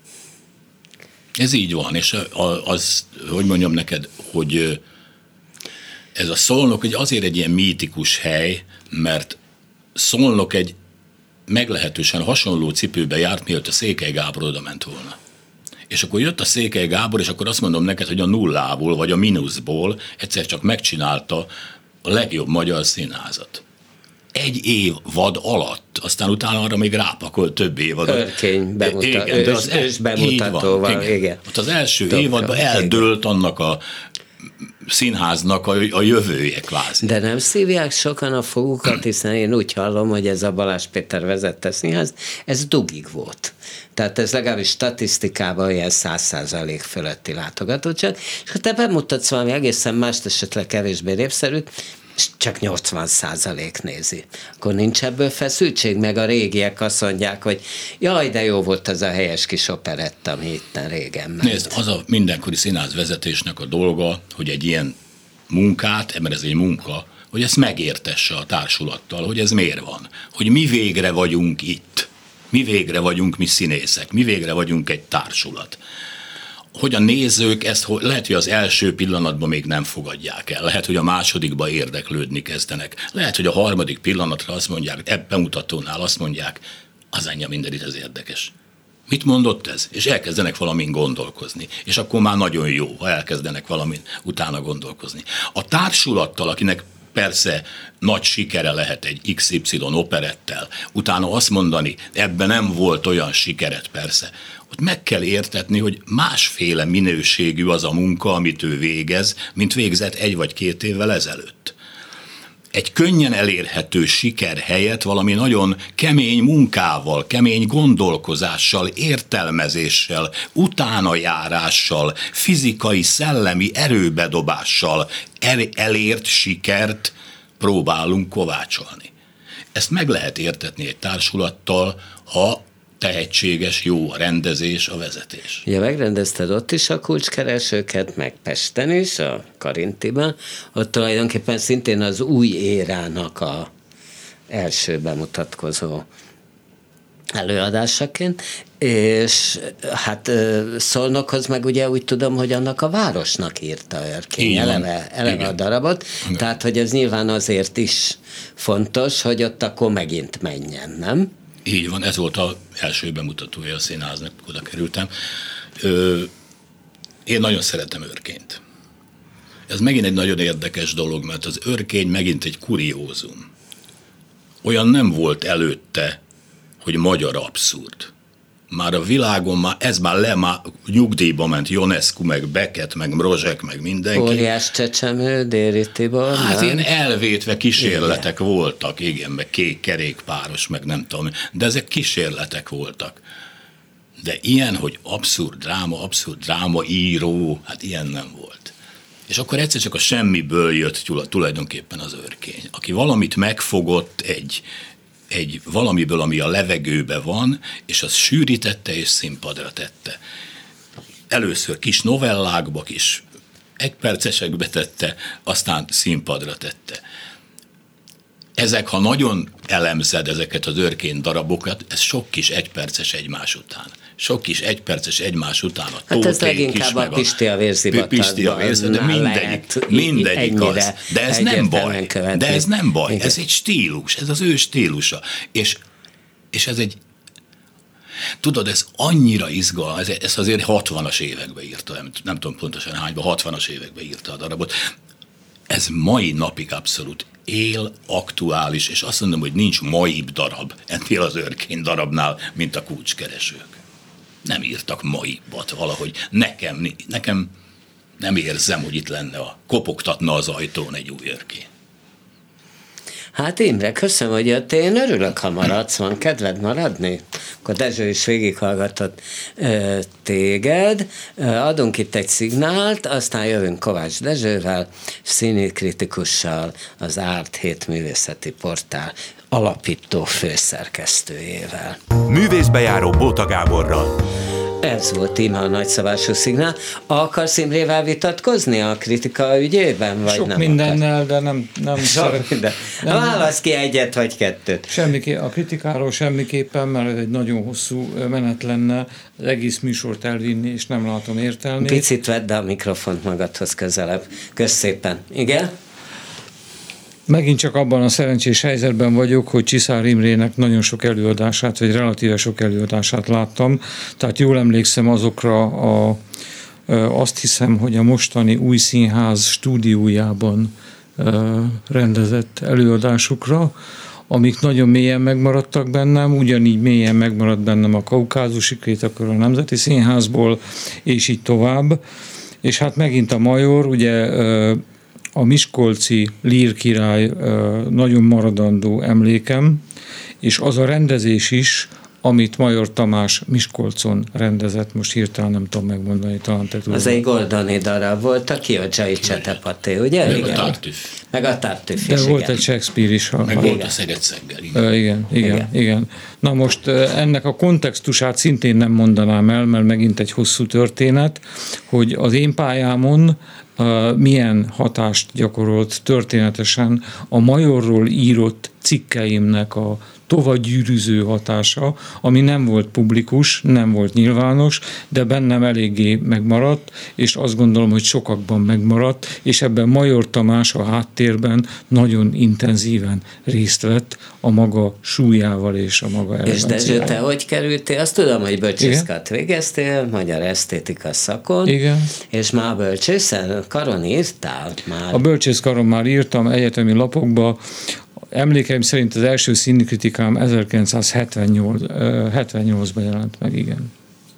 Ez így van, és az, hogy mondjam neked, hogy ez a Szolnok azért egy ilyen mítikus hely, mert Szolnok egy meglehetősen hasonló cipőbe járt, mielőtt a Székely Gábor oda ment volna. És akkor jött a Székely Gábor, és akkor azt mondom neked, hogy a nullából, vagy a mínuszból egyszer csak megcsinálta a legjobb magyar színházat. Egy évad alatt, aztán utána arra még rápakolt több évadot. Örkény bemutató, igen, ős, ős bemutatóval. Igen. Igen. Ott az első Több évadban eldőlt annak a színháznak a, a jövője kvázi. De nem szívják sokan a fogukat, hiszen én úgy hallom, hogy ez a Balázs Péter vezette színház, ez dugig volt. Tehát ez legalábbis statisztikában ilyen száz százalék fölötti látogatottság, és ha te bemutatsz valami egészen mást, esetleg kevésbé népszerűt, csak nyolcvan százalék nézi. Akkor nincs ebből feszültség, meg a régiek azt mondják, hogy jaj, de jó volt az a helyes kis operett, ami itt régen ment. Nézd, az a mindenkori színházvezetésnek a dolga, hogy egy ilyen munkát, mert ez egy munka, hogy ezt megértesse a társulattal, hogy ez miért van. Hogy mi végre vagyunk itt. Mi végre vagyunk mi színészek. Mi végre vagyunk egy társulat. Hogy a nézők ezt, lehet, hogy az első pillanatban még nem fogadják el, lehet, hogy a másodikban érdeklődni kezdenek, lehet, hogy a harmadik pillanatra azt mondják, ebben bemutatónál azt mondják, az anyja mindenit, ez érdekes. Mit mondott ez? És elkezdenek valamin gondolkozni. És akkor már nagyon jó, ha elkezdenek valamin utána gondolkozni. A társulattal, akinek persze nagy sikere lehet egy iksz ipszilon operettel, utána azt mondani, ebben nem volt olyan sikeret persze, ott meg kell értetni, hogy másféle minőségű az a munka, amit ő végez, mint végzett egy vagy két évvel ezelőtt. Egy könnyen elérhető siker helyett valami nagyon kemény munkával, kemény gondolkozással, értelmezéssel, utánajárással, fizikai, szellemi erőbedobással elért sikert próbálunk kovácsolni. Ezt meg lehet értetni egy társulattal, ha tehetséges, jó a rendezés, a vezetés. Ja, megrendezted ott is a kulcskeresőket, meg Pesten is, a Karintiban, ott tulajdonképpen szintén az új érának a első bemutatkozó előadásaként, és hát Szolnokhoz meg ugye úgy tudom, hogy annak a városnak írta Örkény eleve, eleve a darabot, igen. Tehát hogy ez nyilván azért is fontos, hogy ott akkor megint menjen, nem? Így van, ez volt az első bemutatója a színháznak, oda kerültem. Ö, én nagyon szeretem Örkényt. Ez megint egy nagyon érdekes dolog, mert az Örkény megint egy kuriózum. Olyan nem volt előtte, hogy magyar abszurd. Már a világon, már, ez már le, már nyugdíjba ment Ionescu, meg Beckett, meg Mrozsek, meg mindenki. Óriás Csecsemő, Déri Tibor. Hát nem? ilyen elvétve kísérletek igen. voltak, igen, meg kék kerékpáros, meg nem tudom, de ezek kísérletek voltak. De ilyen, hogy abszurd dráma, abszurd dráma író, hát ilyen nem volt. És akkor egyszer csak a semmiből jött tulajdonképpen az Örkény, aki valamit megfogott egy egy valamiből, ami a levegőben van, és azt sűrítette és színpadra tette. Először kis novellákba, kis egypercesekbe tette, aztán színpadra tette. Ezek, ha nagyon elemzed ezeket az Örkény darabokat, ez sok kis egyperces egymás után. Sok kis egyperces egymás után a hát ez leginkább a Pisti a vérzivatagban. De mindegyik, mindegyik az. De ez nem baj. De ez nem baj. Igen. Ez egy stílus, ez az ő stílusa. És, és ez egy, tudod, ez annyira izgalmas, ez, ez azért hatvanas években írta, nem, nem tudom pontosan hányban, hatvanas években írta a darabot. Ez mai napig abszolút él, aktuális, és azt mondom, hogy nincs maibb darab ennél az Örkény darabnál, mint a Kulcskeresők. Nem írtak maibbat valahogy. Nekem, nekem nem érzem, hogy itt lenne a kopogtatna az ajtón egy új Örkény. Hát Imre, köszönöm, hogy jöttél. Én örülök, ha maradsz. Van kedved maradni? Akkor Dezső is végighallgatott ö, téged. Ö, adunk itt egy szignált, aztán jövünk Kovács Dezsővel, színikritikussal, az Árt Hét Művészeti Portál alapító főszerkesztőjével. Művészbejáró Bóta Gáborral. Ez volt íme a nagyszabású szignál. Akarsz Imrével vitatkozni a kritika ügyében? Vagy Sok nem mindennel, akar? de nem, nem Sok minden. Nem, válasz ki egyet vagy kettőt. Semmi, a kritikáról semmiképpen, mert ez egy nagyon hosszú menet lenne az egész műsort elvinni, és nem látom értelmét. Picit vedd a mikrofont magadhoz közelebb. Kösz szépen. Igen? Megint csak abban a szerencsés helyzetben vagyok, hogy Csiszár Imrének nagyon sok előadását, vagy relatíve sok előadását láttam. Tehát jól emlékszem azokra, a, azt hiszem, hogy a mostani Új Színház stúdiójában rendezett előadásukra, amik nagyon mélyen megmaradtak bennem, ugyanígy mélyen megmaradt bennem a Kaukázusi Krétakör a Nemzeti Színházból, és így tovább. És hát megint a Major, ugye a miskolci Lír király nagyon maradandó emlékem, és az a rendezés is, amit Major Tamás Miskolcon rendezett, most hirtelen nem tudom megmondani, talán te tudod. Az egy Goldoni darab volt, a Kiocsai Csetepaté, ugye? Meg Igen. a Tartüff. Meg a Tartüff De is, volt igen. egy Shakespeare is. Meg a, volt a Szeged-Szeggel. Igen, igen, igen, Igen. igen. Na most ennek a kontextusát szintén nem mondanám el, mert megint egy hosszú történet, hogy az én pályámon uh, milyen hatást gyakorolt történetesen a Majorról írott cikkeimnek a tovagyűrűző hatása, ami nem volt publikus, nem volt nyilvános, de bennem eléggé megmaradt, és azt gondolom, hogy sokakban megmaradt, és ebben Major Tamás a háttérben nagyon intenzíven részt vett a maga súlyával és a maga És Dezső, eleganciájával. te hogy kerültél? Azt tudom, hogy bölcsészkart végeztél, magyar esztétika szakon, Igen. és már bölcsészen karon írtál már. A bölcsészkaron már írtam egyetemi lapokba, emlékeim szerint az első színikritikám ezerkilencszázhetvennyolcban jelent meg, igen.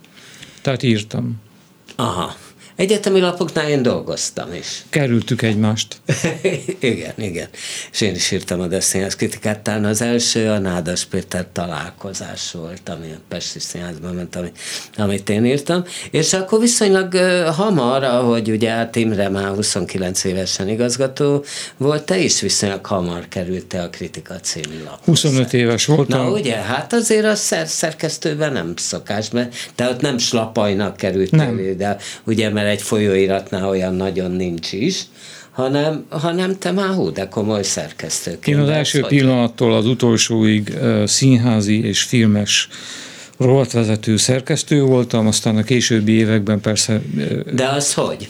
Tehát írtam. Aha. Egyetemi lapoknál én dolgoztam is. Kerültük egymást. igen, igen. És én is írtam a színház kritikát, talán az első a Nádas Péter találkozás volt, ami a Pesti Színházban ment, ami, amit én írtam. És akkor viszonylag uh, hamar, ahogy ugye hát Imre már huszonkilenc évesen igazgató volt, te is viszonylag hamar kerültél a Kritika című laphoz. huszonöt éves voltam. Na ugye, hát azért a szer- szerkesztőben nem szokás, mert te ott nem slapajnak kerültél Nem. ide, ugye, mert egy folyóiratnál olyan nagyon nincs is, hanem, hanem te már hú, de komoly szerkesztőként. Én az de első hogy- pillanattól az utolsóig uh, színházi és filmes rovatvezető szerkesztő voltam, aztán a későbbi években persze uh, De az hogy?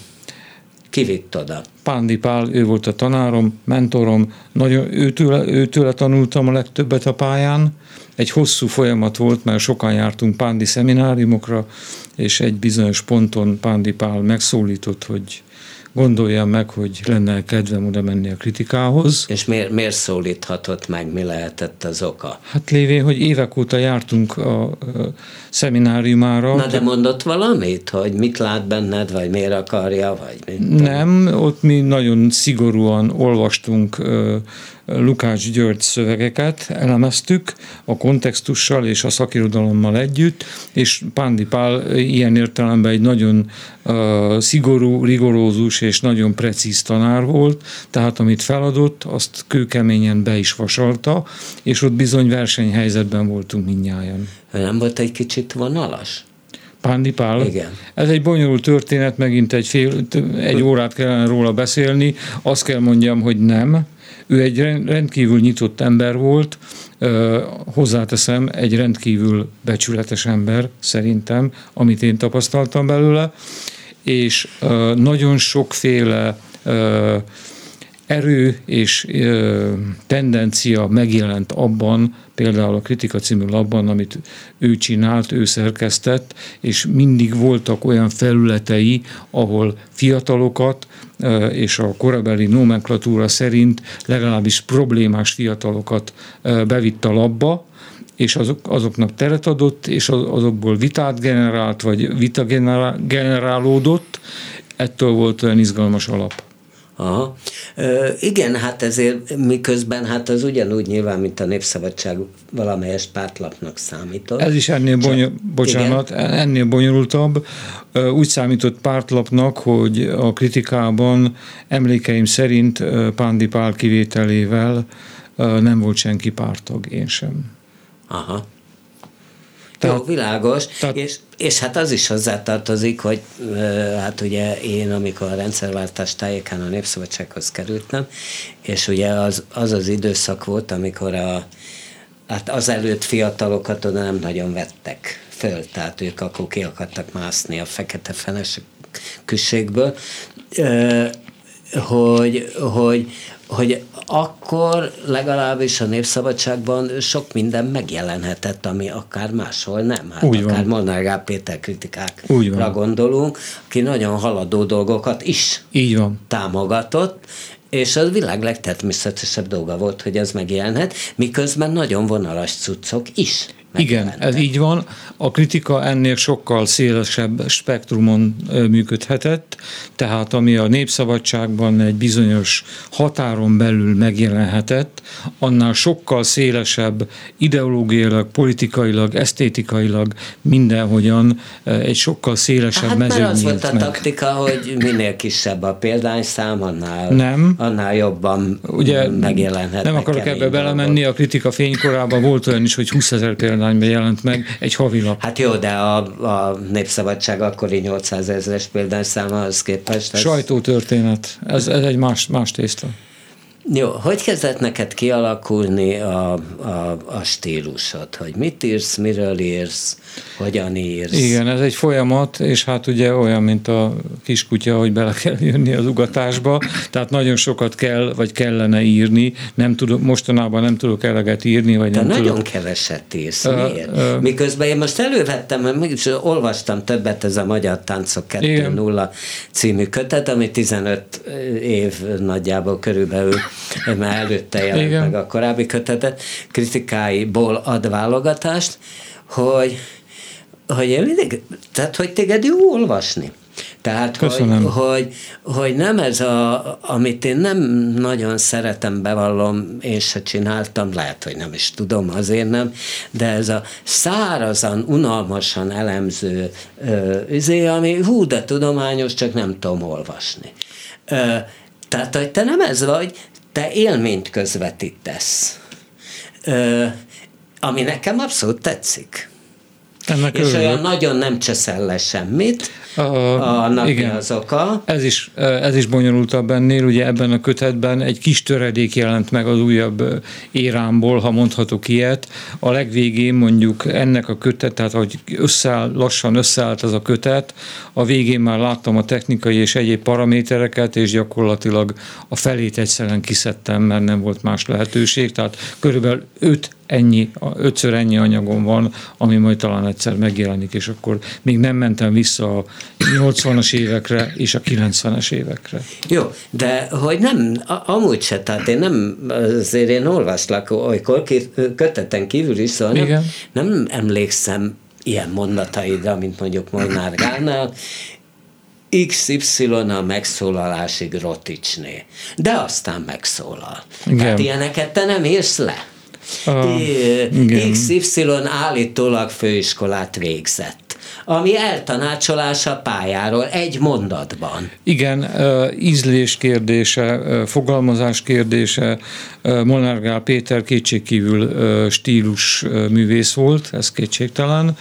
Ki vitt oda? Pándi Pál, ő volt a tanárom, mentorom, nagyon, őtőle, őtőle tanultam a legtöbbet a pályán. Egy hosszú folyamat volt, mert sokan jártunk pándi szemináriumokra, és egy bizonyos ponton Pándi Pál megszólított, hogy gondoljam meg, hogy lenne kedvem oda menni a kritikához. És miért, miért szólíthatott meg, mi lehetett az oka? Hát lévén, hogy évek óta jártunk a, a szemináriumára. Na de mondott valamit, hogy mit lát benned, vagy miért akarja, vagy mit? Nem, ott mi nagyon szigorúan olvastunk uh, Lukács György szövegeket, elemeztük a kontextussal és a szakirodalommal együtt, és Pándi Pál ilyen értelemben egy nagyon uh, szigorú, rigorózus és nagyon precíz tanár volt, tehát amit feladott, azt kőkeményen be is vasalta, és ott bizony versenyhelyzetben voltunk mindnyájan. Nem volt egy kicsit vonalas? Pándi Pál. Igen. Ez egy bonyolult történet, megint egy, fél, egy órát kellene róla beszélni. Azt kell mondjam, hogy nem. Ő egy rendkívül nyitott ember volt, hozzáteszem, egy rendkívül becsületes ember szerintem, amit én tapasztaltam belőle, és nagyon sokféle erő és tendencia megjelent abban, például a Kritika című lapban, amit ő csinált, ő szerkesztett, és mindig voltak olyan felületei, ahol fiatalokat, és a korabeli nomenklatúra szerint legalábbis problémás fiatalokat bevitt a labba, és azok, azoknak teret adott, és azokból vitát generált, vagy vita generálódott, ettől volt olyan izgalmas alap. Aha. Ö, igen, hát ezért miközben hát az ugyanúgy nyilván, mint a Népszabadság valamelyes pártlapnak számított. Ez is ennél, bonyol, bocsánat, ennél bonyolultabb. Úgy számított pártlapnak, hogy a kritikában emlékeim szerint Pándi Pál kivételével nem volt senki pártag, én sem. Aha. Tehát, Jó, világos, tehát, és, és hát az is hozzátartozik, hogy hát ugye én, amikor a rendszerváltás tájékán a Népszabadsághoz kerültem, és ugye az az, az időszak volt, amikor a, hát azelőtt fiatalokat oda nem nagyon vettek föl, tehát ők akkor ki akartak mászni a fekete fenes küszségből, hogy, hogy, hogy akkor legalábbis a Népszabadságban sok minden megjelenhetett, ami akár máshol nem. Hát Úgy akár van. Molnár Gál Péter kritikákra gondolunk, aki nagyon haladó dolgokat is így van. támogatott, és az világ legtermészetesebb dolga volt, hogy ez megjelenhet, miközben nagyon vonalas cuccok is. Igen, ez így van. A kritika ennél sokkal szélesebb spektrumon működhetett, tehát ami a Népszabadságban egy bizonyos határon belül megjelenhetett, annál sokkal szélesebb ideológiailag, politikailag, esztétikailag mindenhogyan egy sokkal szélesebb hát mezőn mert az nyílt volt a meg. taktika, hogy minél kisebb a példányszám, annál, nem. annál jobban Ugye megjelenhet. nem akarok ebbe belemenni, a kritika fénykorában volt olyan is, hogy húszezer példányban jelent meg egy havilap. Hát jó, de a, a Népszabadság akkori nyolcszázezres példányszámához képest. Ez... Sajtótörténet. Ez, ez egy más, más tészta. Jó, hogy kezdett neked kialakulni a, a, a stílusod? Hogy mit írsz, miről írsz, hogyan írsz? Igen, ez egy folyamat, és hát ugye olyan, mint a kiskutya, hogy bele kell jönni az ugatásba, tehát nagyon sokat kell, vagy kellene írni, nem tudok, mostanában nem tudok eleget írni, vagy de nem nagyon tudok. keveset írsz, Uh, miért? uh, Miközben én most elővettem, mert mégis olvastam többet, ez a Magyar Táncok kettő nulla című kötet, ami tizenöt év nagyjából körülbelül, már előtte jelent igen. meg a korábbi kötetet, kritikáiból ad válogatást, hogy, hogy én mindig, tehát hogy téged jó olvasni. Tehát, hogy, hogy, hogy nem ez a, amit én nem nagyon szeretem, bevallom, én se csináltam, lehet, hogy nem is tudom, azért nem, de ez a szárazan, unalmasan elemző ö, üzé, ami hú, de tudományos, csak nem tudom olvasni. Ö, tehát, hogy te nem ez vagy, te élményt közvetítesz, ö, ami nekem abszolút tetszik. Ennek és örülök. Olyan nagyon nem cseszel le semmit, uh, annak igen. az oka. Ez is, ez is bonyolultabb ennél, ugye ebben a kötetben egy kis töredék jelent meg az újabb érámból, ha mondhatok ilyet. A legvégén mondjuk ennek a kötet, tehát ahogy összeáll, lassan összeállt ez a kötet, a végén már láttam a technikai és egyéb paramétereket, és gyakorlatilag a felét egyszerűen kiszedtem, mert nem volt más lehetőség, tehát körülbelül öt ennyi, ötször ennyi anyagom van, ami majd talán egyszer megjelenik, és akkor még nem mentem vissza a nyolcvanas évekre és a kilencvenes évekre. Jó, de hogy nem, amúgy se, tehát én nem, azért én olvaslak olykor köteten kívül is, szóval nem, nem emlékszem ilyen mondataidra, mint mondjuk Molnár Gálnál, iksz ipszilon a megszólalásig Roticsné, de aztán megszólal. Igen. Tehát ilyeneket te nem írsz le. Uh, iksz ipszilon állítólag főiskolát végzett, ami eltanácsolás a pályáról egy mondatban. Igen, ízlés kérdése, fogalmazás kérdése. Molnár Gál Péter kétségkívül stílus művész volt, ez kétségtelen.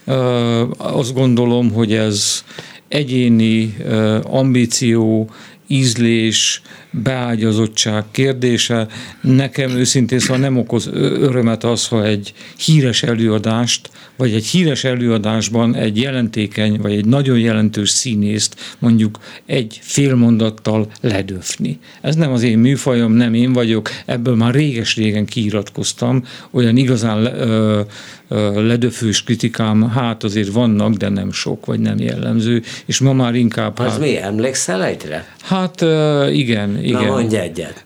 Azt gondolom, hogy ez egyéni ambíció, ízlés, beágyazottság kérdése. Nekem őszintén szóval nem okoz örömet az, ha egy híres előadást, vagy egy híres előadásban egy jelentékeny, vagy egy nagyon jelentős színészt mondjuk egy fél mondattal ledöfni. Ez nem az én műfajom, nem én vagyok, ebből már réges-régen kiiratkoztam, olyan igazán ö, ö, ledöfős kritikám, hát azért vannak, de nem sok, vagy nem jellemző, és ma már inkább... Az hát, mi? Emlékszel egyre? Hát ö, igen, igen. Na mondj egyet.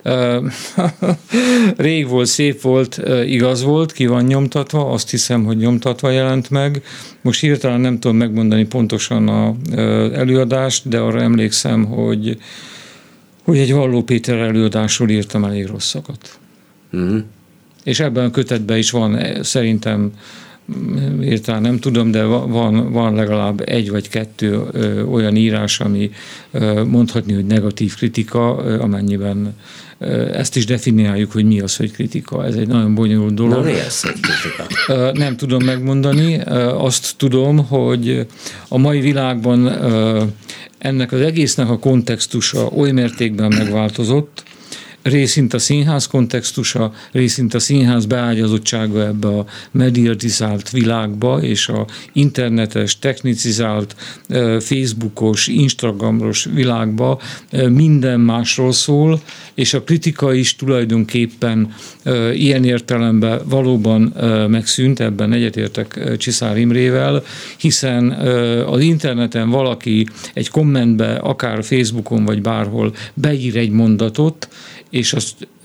Rég volt, szép volt, igaz volt, ki van nyomtatva, azt hiszem, hogy nyomtatva jelent meg. Most hirtelen nem tudom megmondani pontosan az előadást, de arra emlékszem, hogy, hogy egy Valló Péter előadásról írtam elég rosszakat. Mm. És ebben a kötetben is van szerintem, hirtelen nem tudom, de van, van legalább egy vagy kettő ö, olyan írás, ami ö, mondhatni, hogy negatív kritika, ö, amennyiben ö, ezt is definiáljuk, hogy mi az, hogy kritika. Ez egy nagyon bonyolult dolog. Na, mi az, hogy kritika? Ö, nem tudom megmondani. Ö, azt tudom, hogy a mai világban ö, ennek az egésznek a kontextusa oly mértékben megváltozott, részint a színház kontextusa, részint a színház beágyazottsága ebbe a mediatizált világba, és a internetes, technicizált, Facebookos, Instagramos világba minden másról szól, és a kritika is tulajdonképpen ilyen értelemben valóban megszűnt, ebben egyetértek Csiszár Imrével, hiszen az interneten valaki egy kommentbe, akár Facebookon vagy bárhol beír egy mondatot, és azt ö,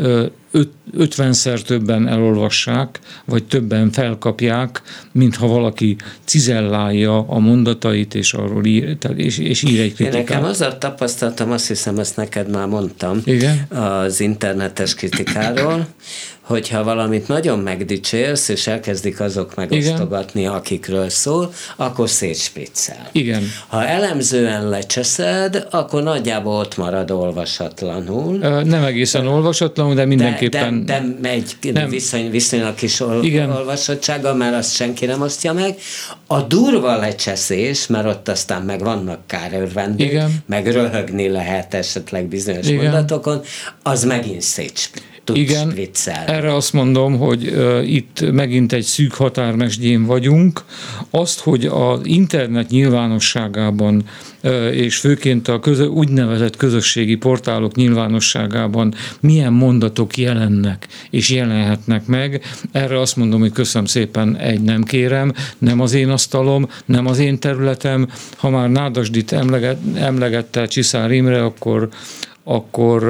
ötvenszer többen elolvassák, vagy többen felkapják, mintha valaki cizellálja a mondatait, és arról ír, és, és ír egy kritikát. Nekem az a tapasztalatom, azt hiszem, ezt neked már mondtam, igen? Az internetes kritikáról, hogyha valamit nagyon megdicsérsz, és elkezdik azok megosztogatni, igen, akikről szól, akkor szétspriccel. Igen. Ha elemzően lecseszed, akkor nagyjából ott marad olvasatlanul. Nem egészen olvasatlanul, de mindenképpen... De, de, de egy nem. Viszony, viszonylag kis ol, olvasottsága, mert azt senki nem osztja meg. A durva lecseszés, mert ott aztán meg vannak kárörvendők, meg röhögni lehet esetleg bizonyos igen. mondatokon, az megint szétspriccel. Igen, erre azt mondom, hogy uh, itt megint egy szűk határmesdjén vagyunk. Azt, hogy az internet nyilvánosságában uh, és főként a közö, úgynevezett közösségi portálok nyilvánosságában milyen mondatok jelennek és jelenhetnek meg, erre azt mondom, hogy köszönöm szépen, egy nem kérem, nem az én asztalom, nem az én területem. Ha már Nádasdyt emleget, emlegette Csiszár Imre, akkor akkor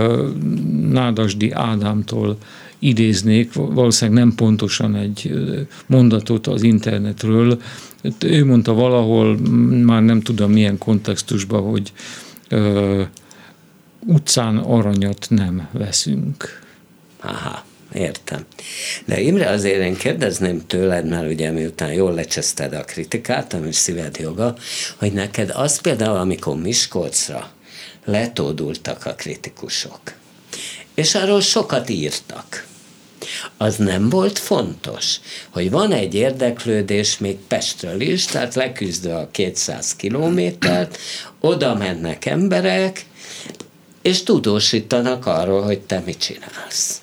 Nádasdy Ádámtól idéznék, valószínűleg nem pontosan egy mondatot az internetről. Ő mondta valahol, már nem tudom milyen kontextusban, hogy ö, utcán aranyat nem veszünk. Aha, értem. De Imre, azért én kérdezném tőled, mert ugye miután jól lecseszted a kritikát, ami szíved joga, hogy neked az például, amikor Miskolcra letódultak a kritikusok, és arról sokat írtak. Az nem volt fontos, hogy van egy érdeklődés még Pestről is, tehát leküzdve a kétszáz kilométert, oda mennek emberek, és tudósítanak arról, hogy te mit csinálsz.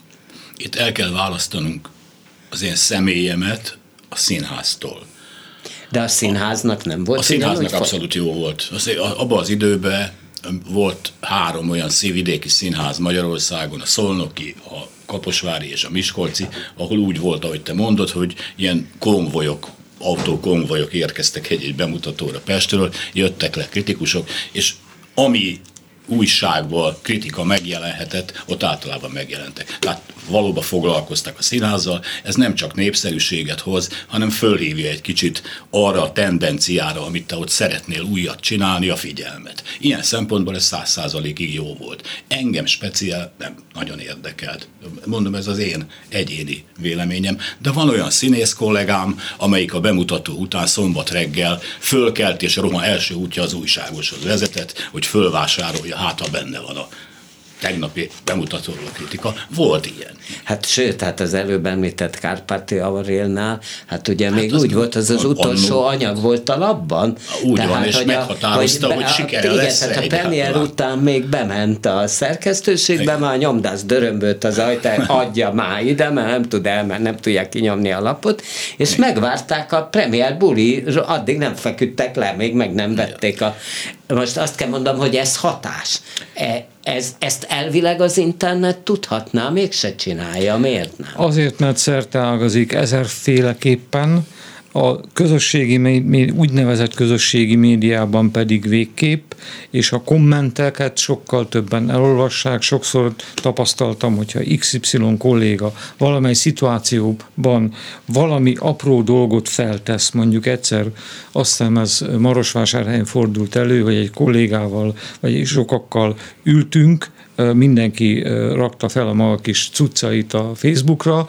Itt el kell választanunk az én személyemet a színháztól. De a színháznak nem volt? A színháznak abszolút jó volt. Abban az időben volt három olyan szívvidéki színház Magyarországon, a szolnoki, a kaposvári és a miskolci, ahol úgy volt, ahogy te mondod, hogy ilyen konvojok, autókonvojok érkeztek egy-egy bemutatóra Pestről, jöttek le kritikusok, és ami újságban kritika megjelenhetett, ott általában megjelentek. Tehát valóban foglalkoztak a színházzal, ez nem csak népszerűséget hoz, hanem fölhívja egy kicsit arra a tendenciára, amit te ott szeretnél újat csinálni, a figyelmet. Ilyen szempontból ez száz százalékig jó volt. Engem speciál nem nagyon érdekelt. Mondom, ez az én egyéni véleményem, de van olyan színész kollégám, amelyik a bemutató után szombat reggel fölkelt, és a roma első útja az újságoshoz vezetett, hogy fölvásárolja, hát ha benne van a tegnapi bemutatóról kritika. Volt ilyen. Hát sőt, hát az előbb említett Kárpáti Aurélnál, hát ugye hát még az úgy volt, az az utolsó annó, anyag volt a labban. Úgy tehát, van, és hogy meghatározta, a, hogy, hogy sikere lesz. Tehát a premier után még bement a szerkesztőségbe, már nyomdász dörömbölt az ajtán, adja már ide, mert nem tud el, mert nem tudják kinyomni a lapot, és mi? Megvárták a premier buli, addig nem feküdtek le, még meg nem vették a... Most azt kell mondom, hogy ez hatás. E, ez, ezt elvileg az internet tudhatná, mégse csinálja, miért nem? Azért, mert szerteágazik ezerféleképpen, a közösségi, úgynevezett közösségi médiában pedig végképp, és a kommenteket sokkal többen elolvassák. Sokszor tapasztaltam, hogyha iksz ipszilon kolléga valamely szituációban valami apró dolgot feltesz, mondjuk egyszer, azt hiszem ez Marosvásárhelyen fordult elő, hogy egy kollégával, vagy sokakkal ültünk, mindenki rakta fel a maga kis cuccait a Facebookra,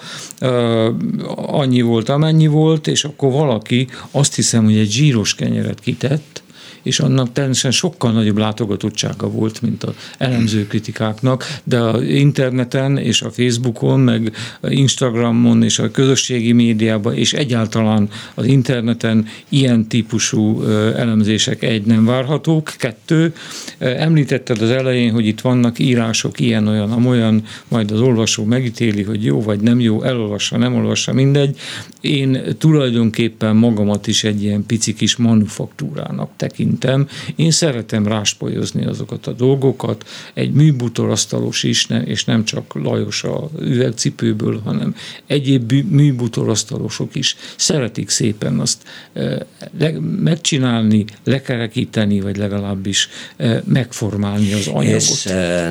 annyi volt, amennyi volt, és akkor valaki azt hiszem, hogy egy zsíros kenyeret kitett, és annak természetesen sokkal nagyobb látogatottsága volt, mint az elemző kritikáknak, de az interneten és a Facebookon, meg Instagramon és a közösségi médiában, és egyáltalán az interneten ilyen típusú elemzések egy nem várhatók, kettő. Említetted az elején, hogy itt vannak írások, ilyen-olyan, amolyan, majd az olvasó megítéli, hogy jó vagy nem jó, elolvassa, nem olvassa, mindegy. Én tulajdonképpen magamat is egy ilyen pici kis manufaktúrának tekintem. szerintem. Én szeretem ráspolyozni azokat a dolgokat, egy műbútorasztalos is, ne, és nem csak Lajos a üvegcipőből, hanem egyéb műbútorasztalosok is szeretik szépen azt le, megcsinálni, lekerekíteni, vagy legalábbis megformálni az anyagot. És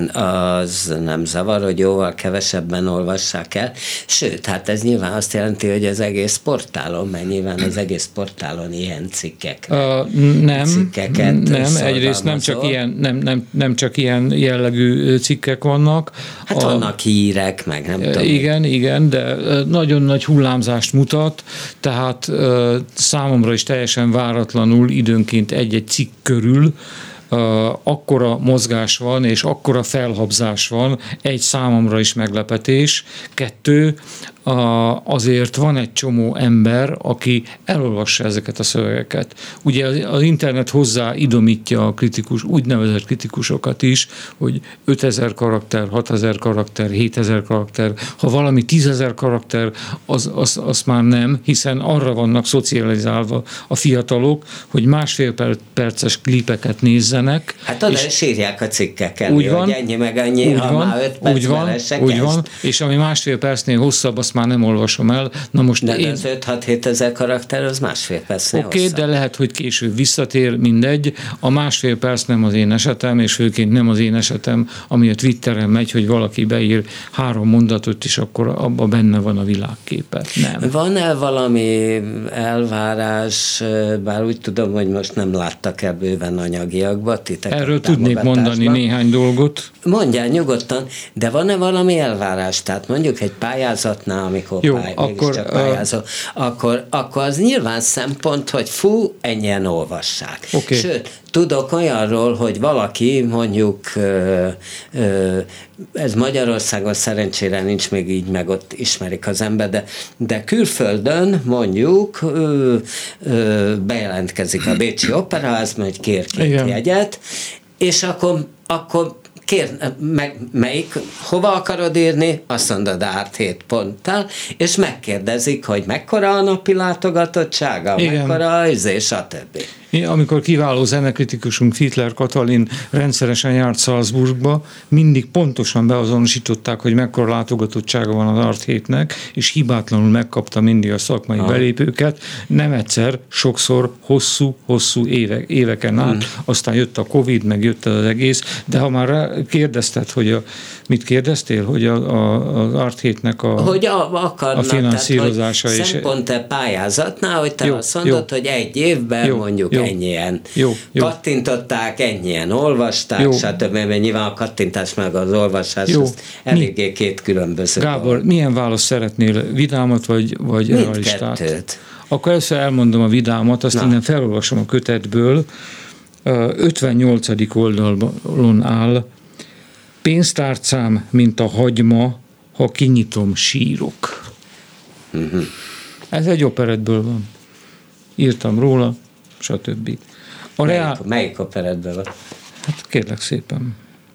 az nem zavar, hogy jóval kevesebben olvassák el. Sőt, hát ez nyilván azt jelenti, hogy az egész portálon, mert nyilván az egész portálon ilyen cikkek. Uh, nem, cikkeket nem, egyrészt nem csak, ilyen, nem, nem, nem csak ilyen jellegű cikkek vannak. Hát a, vannak hírek, meg nem tudom. Igen, igen, de nagyon nagy hullámzást mutat, tehát számomra is teljesen váratlanul időnként egy-egy cikk körül Uh, akkora mozgás van, és akkora felhabzás van, egy, számomra is meglepetés, kettő, uh, azért van egy csomó ember, aki elolvassa ezeket a szövegeket. Ugye az, az internet hozzá idomítja a kritikus, úgynevezett kritikusokat is, hogy ötezer karakter, hatezer karakter, hétezer karakter, ha valami tízezer karakter, az, az, az már nem, hiszen arra vannak szocializálva a fiatalok, hogy másfél perces klipeket nézzenek. Hát oda is írják a cikkeken, úgy van, hogy ennyi meg annyi, úgy ha van, már öt perc úgy van, úgy van, és ami másfél percnél hosszabb, azt már nem olvasom el. Na most de én... az öt-hat-hét ezer karakter, az másfél percnél Oké, okay, de lehet, hogy később visszatér, mindegy. A másfél perc nem az én esetem, és főként nem az én esetem, ami a Twitteren megy, hogy valaki beír három mondatot, és akkor abban benne van a világképe. Nem. Van-e valami elvárás, bár úgy tudom, hogy most nem láttak el bőven anyagiakba, titeket erről tudnék mondani néhány dolgot. Mondjál nyugodtan, de van-e valami elvárás? Tehát mondjuk egy pályázatnál, amikor Jó, pály- akkor, csak pályázó, akkor, akkor az nyilván szempont, hogy fú, ennyien olvassák. Okay. Sőt, tudok olyanról, hogy valaki mondjuk, ö, ö, ez Magyarországon szerencsére nincs még így, meg ott ismerik az ember, de, de külföldön mondjuk ö, ö, bejelentkezik a Bécsi Operaház, hogy kér két Igen. jegyet, és akkor, akkor kér, meg, melyik, hova akarod írni? Azt mondod árt hét ponttal, és megkérdezik, hogy mekkora a napi látogatottsága, Igen. mekkora az, és stb. Én, amikor kiváló zenekritikusunk Fiedler Katalin rendszeresen járt Salzburgba, mindig pontosan beazonosították, hogy mekkora látogatottsága van az Art hétnek, és hibátlanul megkapta mindig a szakmai ah. belépőket. Nem egyszer, sokszor, hosszú-hosszú évek, éveken át. Hmm. Aztán jött a Covid, meg jött az egész, de ha már kérdezted, hogy a, mit kérdeztél, hogy a, a, az Art hétnek a, hogy a, akarnak, a finanszírozása tehát, hogy is. szempont-e pályázatnál, hogy te jó, azt mondod, jó. hogy egy évben jó, mondjuk jó. ennyien Jó, jó. kattintották, ennyien olvasták, jó. stb. Mert nyilván a kattintás meg az olvasás jó. az eléggé két különböző. Gábor, van. Milyen választ szeretnél? Vidámat vagy, vagy realistát? Mindkettőt. Akkor először elmondom a vidámat, azt Na. innen felolvasom a kötetből. ötvennyolcadik oldalon áll: pénztárcám, mint a hagyma, ha kinyitom, sírok. Uh-huh. Ez egy operettből van. Írtam róla, stb. A melyik, reál... melyik operettből van? Hát kérlek szépen.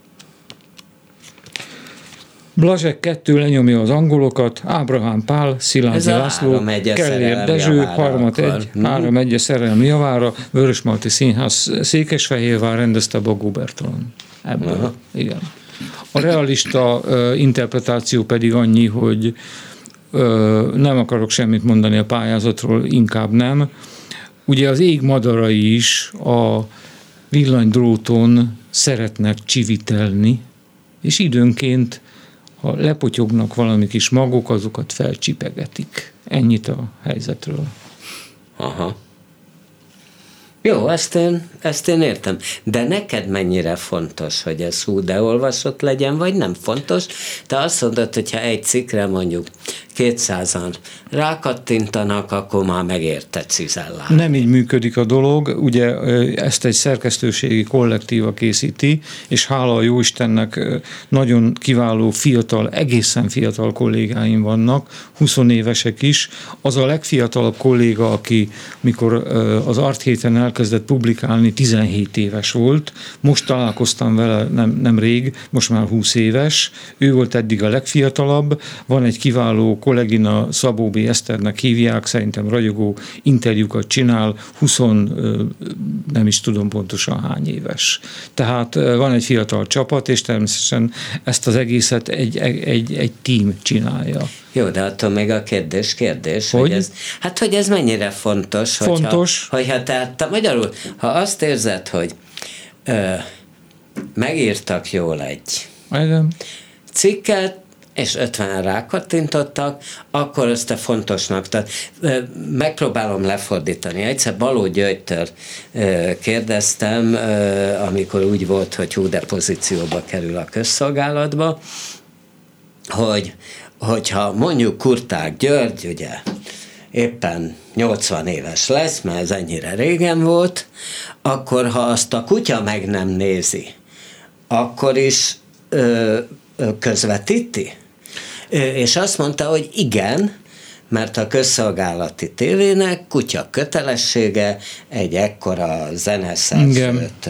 Blazsek kettő lenyomja az angolokat, Ábrahám Pál, Szilágyi László, Kellér Dezső, Harmat egy, három egyes szerelem javára, Vörösmarty Színház Székesfehérvár rendezte Bagó Bertalan. Ebből, Aha. igen. A realista uh, interpretáció pedig annyi, hogy uh, nem akarok semmit mondani a pályázatról, inkább nem. Ugye az ég madarai is a villanydróton szeretnek csivitelni, és időnként, ha lepotyognak valami kis magok, azokat felcsipegetik. Ennyit a helyzetről. Aha. Jó, ezt én, ezt én értem. De neked mennyire fontos, hogy ez hú, de olvasott legyen, vagy nem fontos? Te azt mondod, hogyha egy cikkre mondjuk kétszázan rákattintanak, akkor már megérte cizellálni. Nem így működik a dolog, ugye ezt egy szerkesztőségi kollektíva készíti, és hála a Jóistennek nagyon kiváló fiatal, egészen fiatal kollégáim vannak, huszonévesek is. Az a legfiatalabb kolléga, aki mikor az Art héten elkezdett publikálni, tizenhét éves volt, most találkoztam vele nem, nem rég, most már húsz éves, ő volt eddig a legfiatalabb, van egy kiváló ragyogó kollégina, Szabó B. Eszternek hívják, szerintem ragyogó interjúkat csinál, húsz, nem is tudom pontosan hány éves. Tehát van egy fiatal csapat, és természetesen ezt az egészet egy, egy, egy tím csinálja. Jó, de attól még a kérdés, kérdés, hogy, hogy ez, hát hogy ez mennyire fontos, fontos. Hogyha, hogyha tehát te magyarul, ha azt érzed, hogy ö, megírtak jól egy Igen. cikket, és ötvenen rákattintottak, akkor ezt te fontosnak. Tehát megpróbálom lefordítani. Egyszer Baló Györgytől kérdeztem, amikor úgy volt, hogy hú, de pozícióba kerül a közszolgálatba, hogy hogyha mondjuk Kurták György, ugye éppen nyolcvan éves lesz, mert ez ennyire régen volt, akkor ha azt a kutya meg nem nézi, akkor is ö, ö, közvetíti? Ö, és azt mondta, hogy igen, mert a közszolgálati tévének kutya kötelessége egy ekkora zeneszerzőt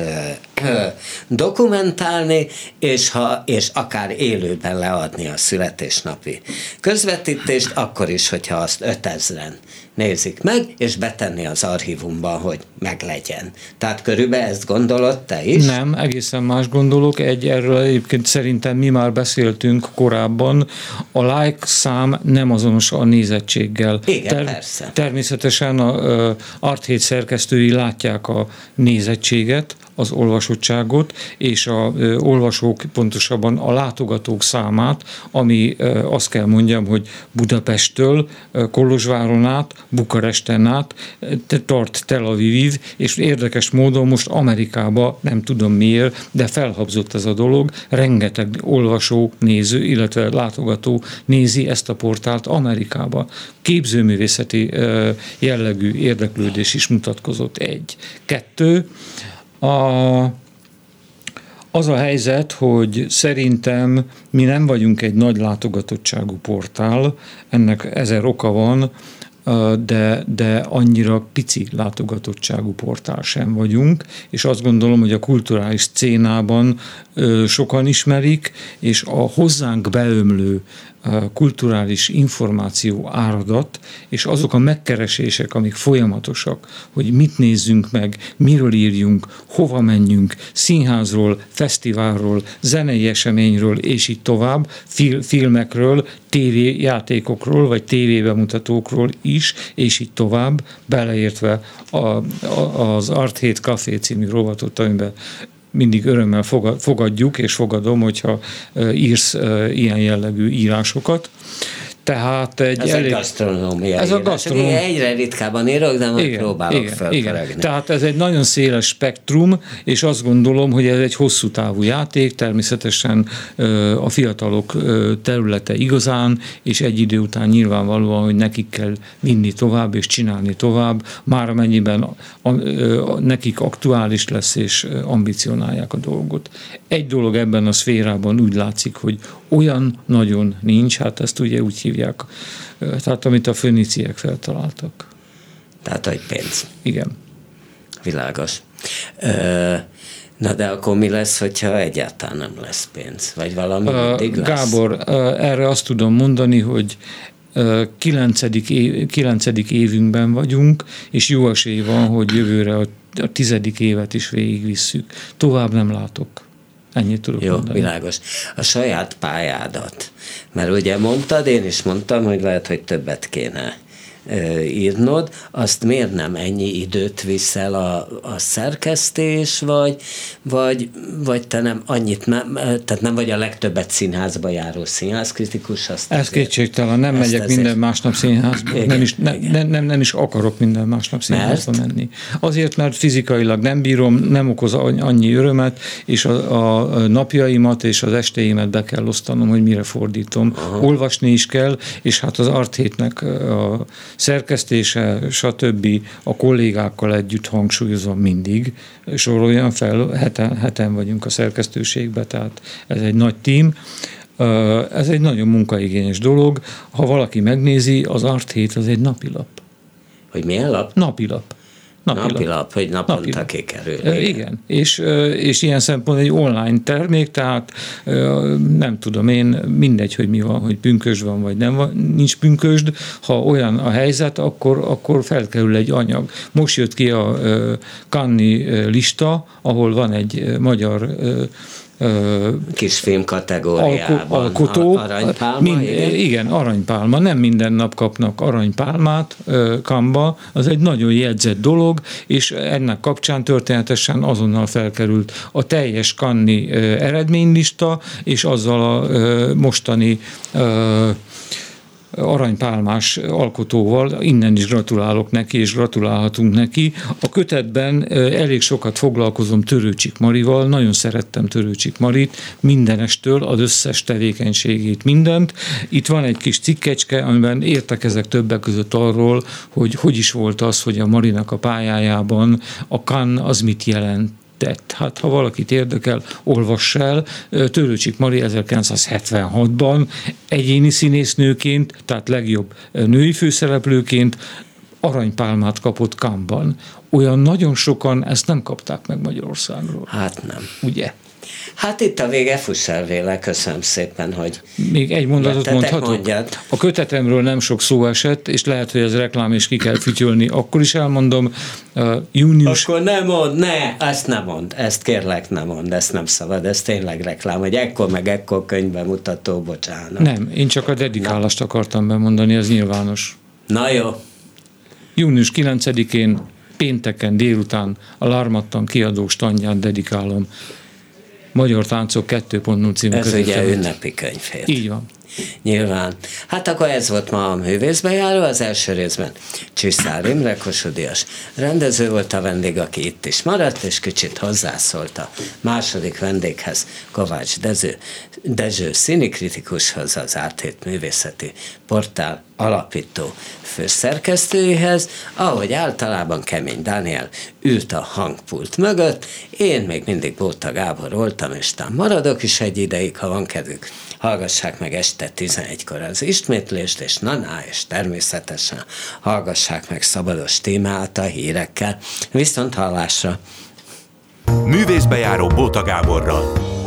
dokumentálni, és, ha, és akár élőben leadni a születésnapi közvetítést, akkor is, hogyha azt ötezren nézik meg, és betenni az archívumban, hogy meglegyen. Tehát körülbelül ezt gondolod te is? Nem, egészen más gondolok. Egy, erről egyébként szerintem mi már beszéltünk korábban. A like szám nem azonos a nézettséggel. Igen, Ter- persze. Természetesen a Arthét szerkesztői látják a nézettséget, az olvasottságot, és a ö, olvasók, pontosabban a látogatók számát, ami ö, azt kell mondjam, hogy Budapesttől, ö, Kolozsváron át, Bukaresten át, te, tart Tel Avivig, és érdekes módon most Amerikába, nem tudom miért, de felhabzott ez a dolog, rengeteg olvasó, néző, illetve látogató nézi ezt a portált Amerikába. Képzőművészeti ö, jellegű érdeklődés is mutatkozott. Egy. Kettő, A, az a helyzet, hogy szerintem mi nem vagyunk egy nagy látogatottságú portál, ennek ezer oka van, de, de annyira pici látogatottságú portál sem vagyunk, és azt gondolom, hogy a kulturális szcénában sokan ismerik, és a hozzánk beömlő kulturális információ áradat, és azok a megkeresések, amik folyamatosak, hogy mit nézzünk meg, miről írjunk, hova menjünk, színházról, fesztiválról, zenei eseményről, és így tovább, fil- filmekről, tévéjátékokról, vagy tévébemutatókról is, és így tovább, beleértve a, a, az Art Hét Café című rovatot, amiben mindig örömmel fogadjuk, és fogadom, hogyha írsz ilyen jellegű írásokat. Tehát egy ez elég... a gasztronómia. Ez a gasztronóm... Egyre ritkábban írok, de majd igen, próbálok igen, felperegni. igen. Tehát ez egy nagyon széles spektrum, és azt gondolom, hogy ez egy hosszú távú játék, természetesen a fiatalok területe igazán, és egy idő után nyilvánvalóan, hogy nekik kell vinni tovább, és csinálni tovább, már amennyiben a, a, a, nekik aktuális lesz, és ambicionálják a dolgot. Egy dolog ebben a szférában úgy látszik, hogy olyan nagyon nincs, hát ezt ugye úgy hívják, tehát amit a föníciek feltaláltak. Tehát, hogy pénz. Igen. Világos. Na de akkor mi lesz, hogyha egyáltalán nem lesz pénz? Vagy valami mindig lesz? Gábor, erre azt tudom mondani, hogy kilencedik, év, kilencedik évünkben vagyunk, és jó esély van, hogy jövőre a, a tizedik évet is végigvisszük. Tovább nem látok. Ennyit tudok Jó, mondani. világos. A saját pályádat. Mert ugye mondtad, én is mondtam, hogy lehet, hogy többet kéne ö, írnod. Azt miért nem ennyi időt viszel a, a szerkesztés, vagy, vagy, vagy te nem annyit, nem, tehát nem vagy a legtöbbet színházba járó színházkritikus? Azt Ez kétségtelen, nem megyek ezért... minden másnap színházba, igen, nem, is, ne, nem, nem, nem is akarok minden másnap színházba mert? menni. Azért, mert fizikailag nem bírom, nem okoz annyi örömet, és a, a napjaimat és az estéimet be kell osztanom, hogy mire fordítom. Aha. Olvasni is kell, és hát az Art Hétnek a szerkesztése, stb. A kollégákkal együtt hangsúlyozom mindig, soroljan fel, heten, heten vagyunk a szerkesztőségben, tehát ez egy nagy tím. Ez egy nagyon munkaigényes dolog. Ha valaki megnézi, az Art Hét az egy napilap. Hogy milyen lap? Napilap. Napilap, Napilap hogy naponta Napilap. kikerül. Igen, igen. És, és ilyen szempontból egy online termék, tehát nem tudom én, mindegy, hogy mi van, hogy pünkösd van, vagy nem van, nincs pünkösd, ha olyan a helyzet, akkor, akkor felkerül egy anyag. Most jött ki a Cannes lista, ahol van egy magyar kisfilm kategóriában. Alkotó. Aranypálma, mind, igen. igen, aranypálma. Nem minden nap kapnak aranypálmát Cannes-ba. Az egy nagyon jegyzett dolog, és ennek kapcsán történetesen azonnal felkerült a teljes Cannes-i eredménylista, és azzal a mostani aranypálmás alkotóval, innen is gratulálok neki, és gratulálhatunk neki. A kötetben elég sokat foglalkozom Törőcsik Marival, nagyon szerettem Törőcsik Marit, mindenestől, az összes tevékenységét, mindent. Itt van egy kis cikkecske, amiben értekezek többek között arról, hogy hogy is volt az, hogy a Marinak a pályájában a Cannes az mit jelent. Hát, ha valakit érdekel, olvass el. Törőcsik Mari ezerkilencszázhetvenhatban egyéni színésznőként, tehát legjobb női főszereplőként aranypálmát kapott Cannes-ban. Olyan nagyon sokan ezt nem kapták meg Magyarországról. Hát nem. Ugye? Hát itt a vége, Fusservéle, köszönöm szépen, hogy még egy mondatot mondhatok. Mondjad. A kötetemről nem sok szó esett, és lehet, hogy ez reklám, és ki kell fütyölni. Akkor is elmondom, uh, június... Akkor nem mond, ne, ezt nem mond, ezt kérlek nem mond, ezt nem szabad, ez tényleg reklám, hogy ekkor meg ekkor könyvbemutató, bocsánat. Nem, én csak a dedikálást Na. akartam bemondani, ez nyilvános. Na jó. június kilencedikén, pénteken délután a Lármattan kiadó standján dedikálom Magyar Táncok kettő pont null című Ez ugye ünnepi könyvét. Így van. Nyilván. Hát akkor ez volt ma a művészbejáró, az első részben Csiszár Imre, Kossuth Díjas rendező volt a vendég, aki itt is maradt, és kicsit hozzászólt a második vendéghez, Kovács Dezső, Dezső színikritikushoz, az Ártét művészeti portál alapító főszerkesztőjéhez, ahogy általában Kemény Dániel ült a hangpult mögött, én még mindig Bóta Gábor voltam, és tám maradok is egy ideig, ha van kedvük. Hallgassák meg este tizenegykor az ismétlést, és na-na, és természetesen hallgassák meg Szabados Tímát a hírekkel. Viszont hallásra! Művészbejáró Bóta Gáborral.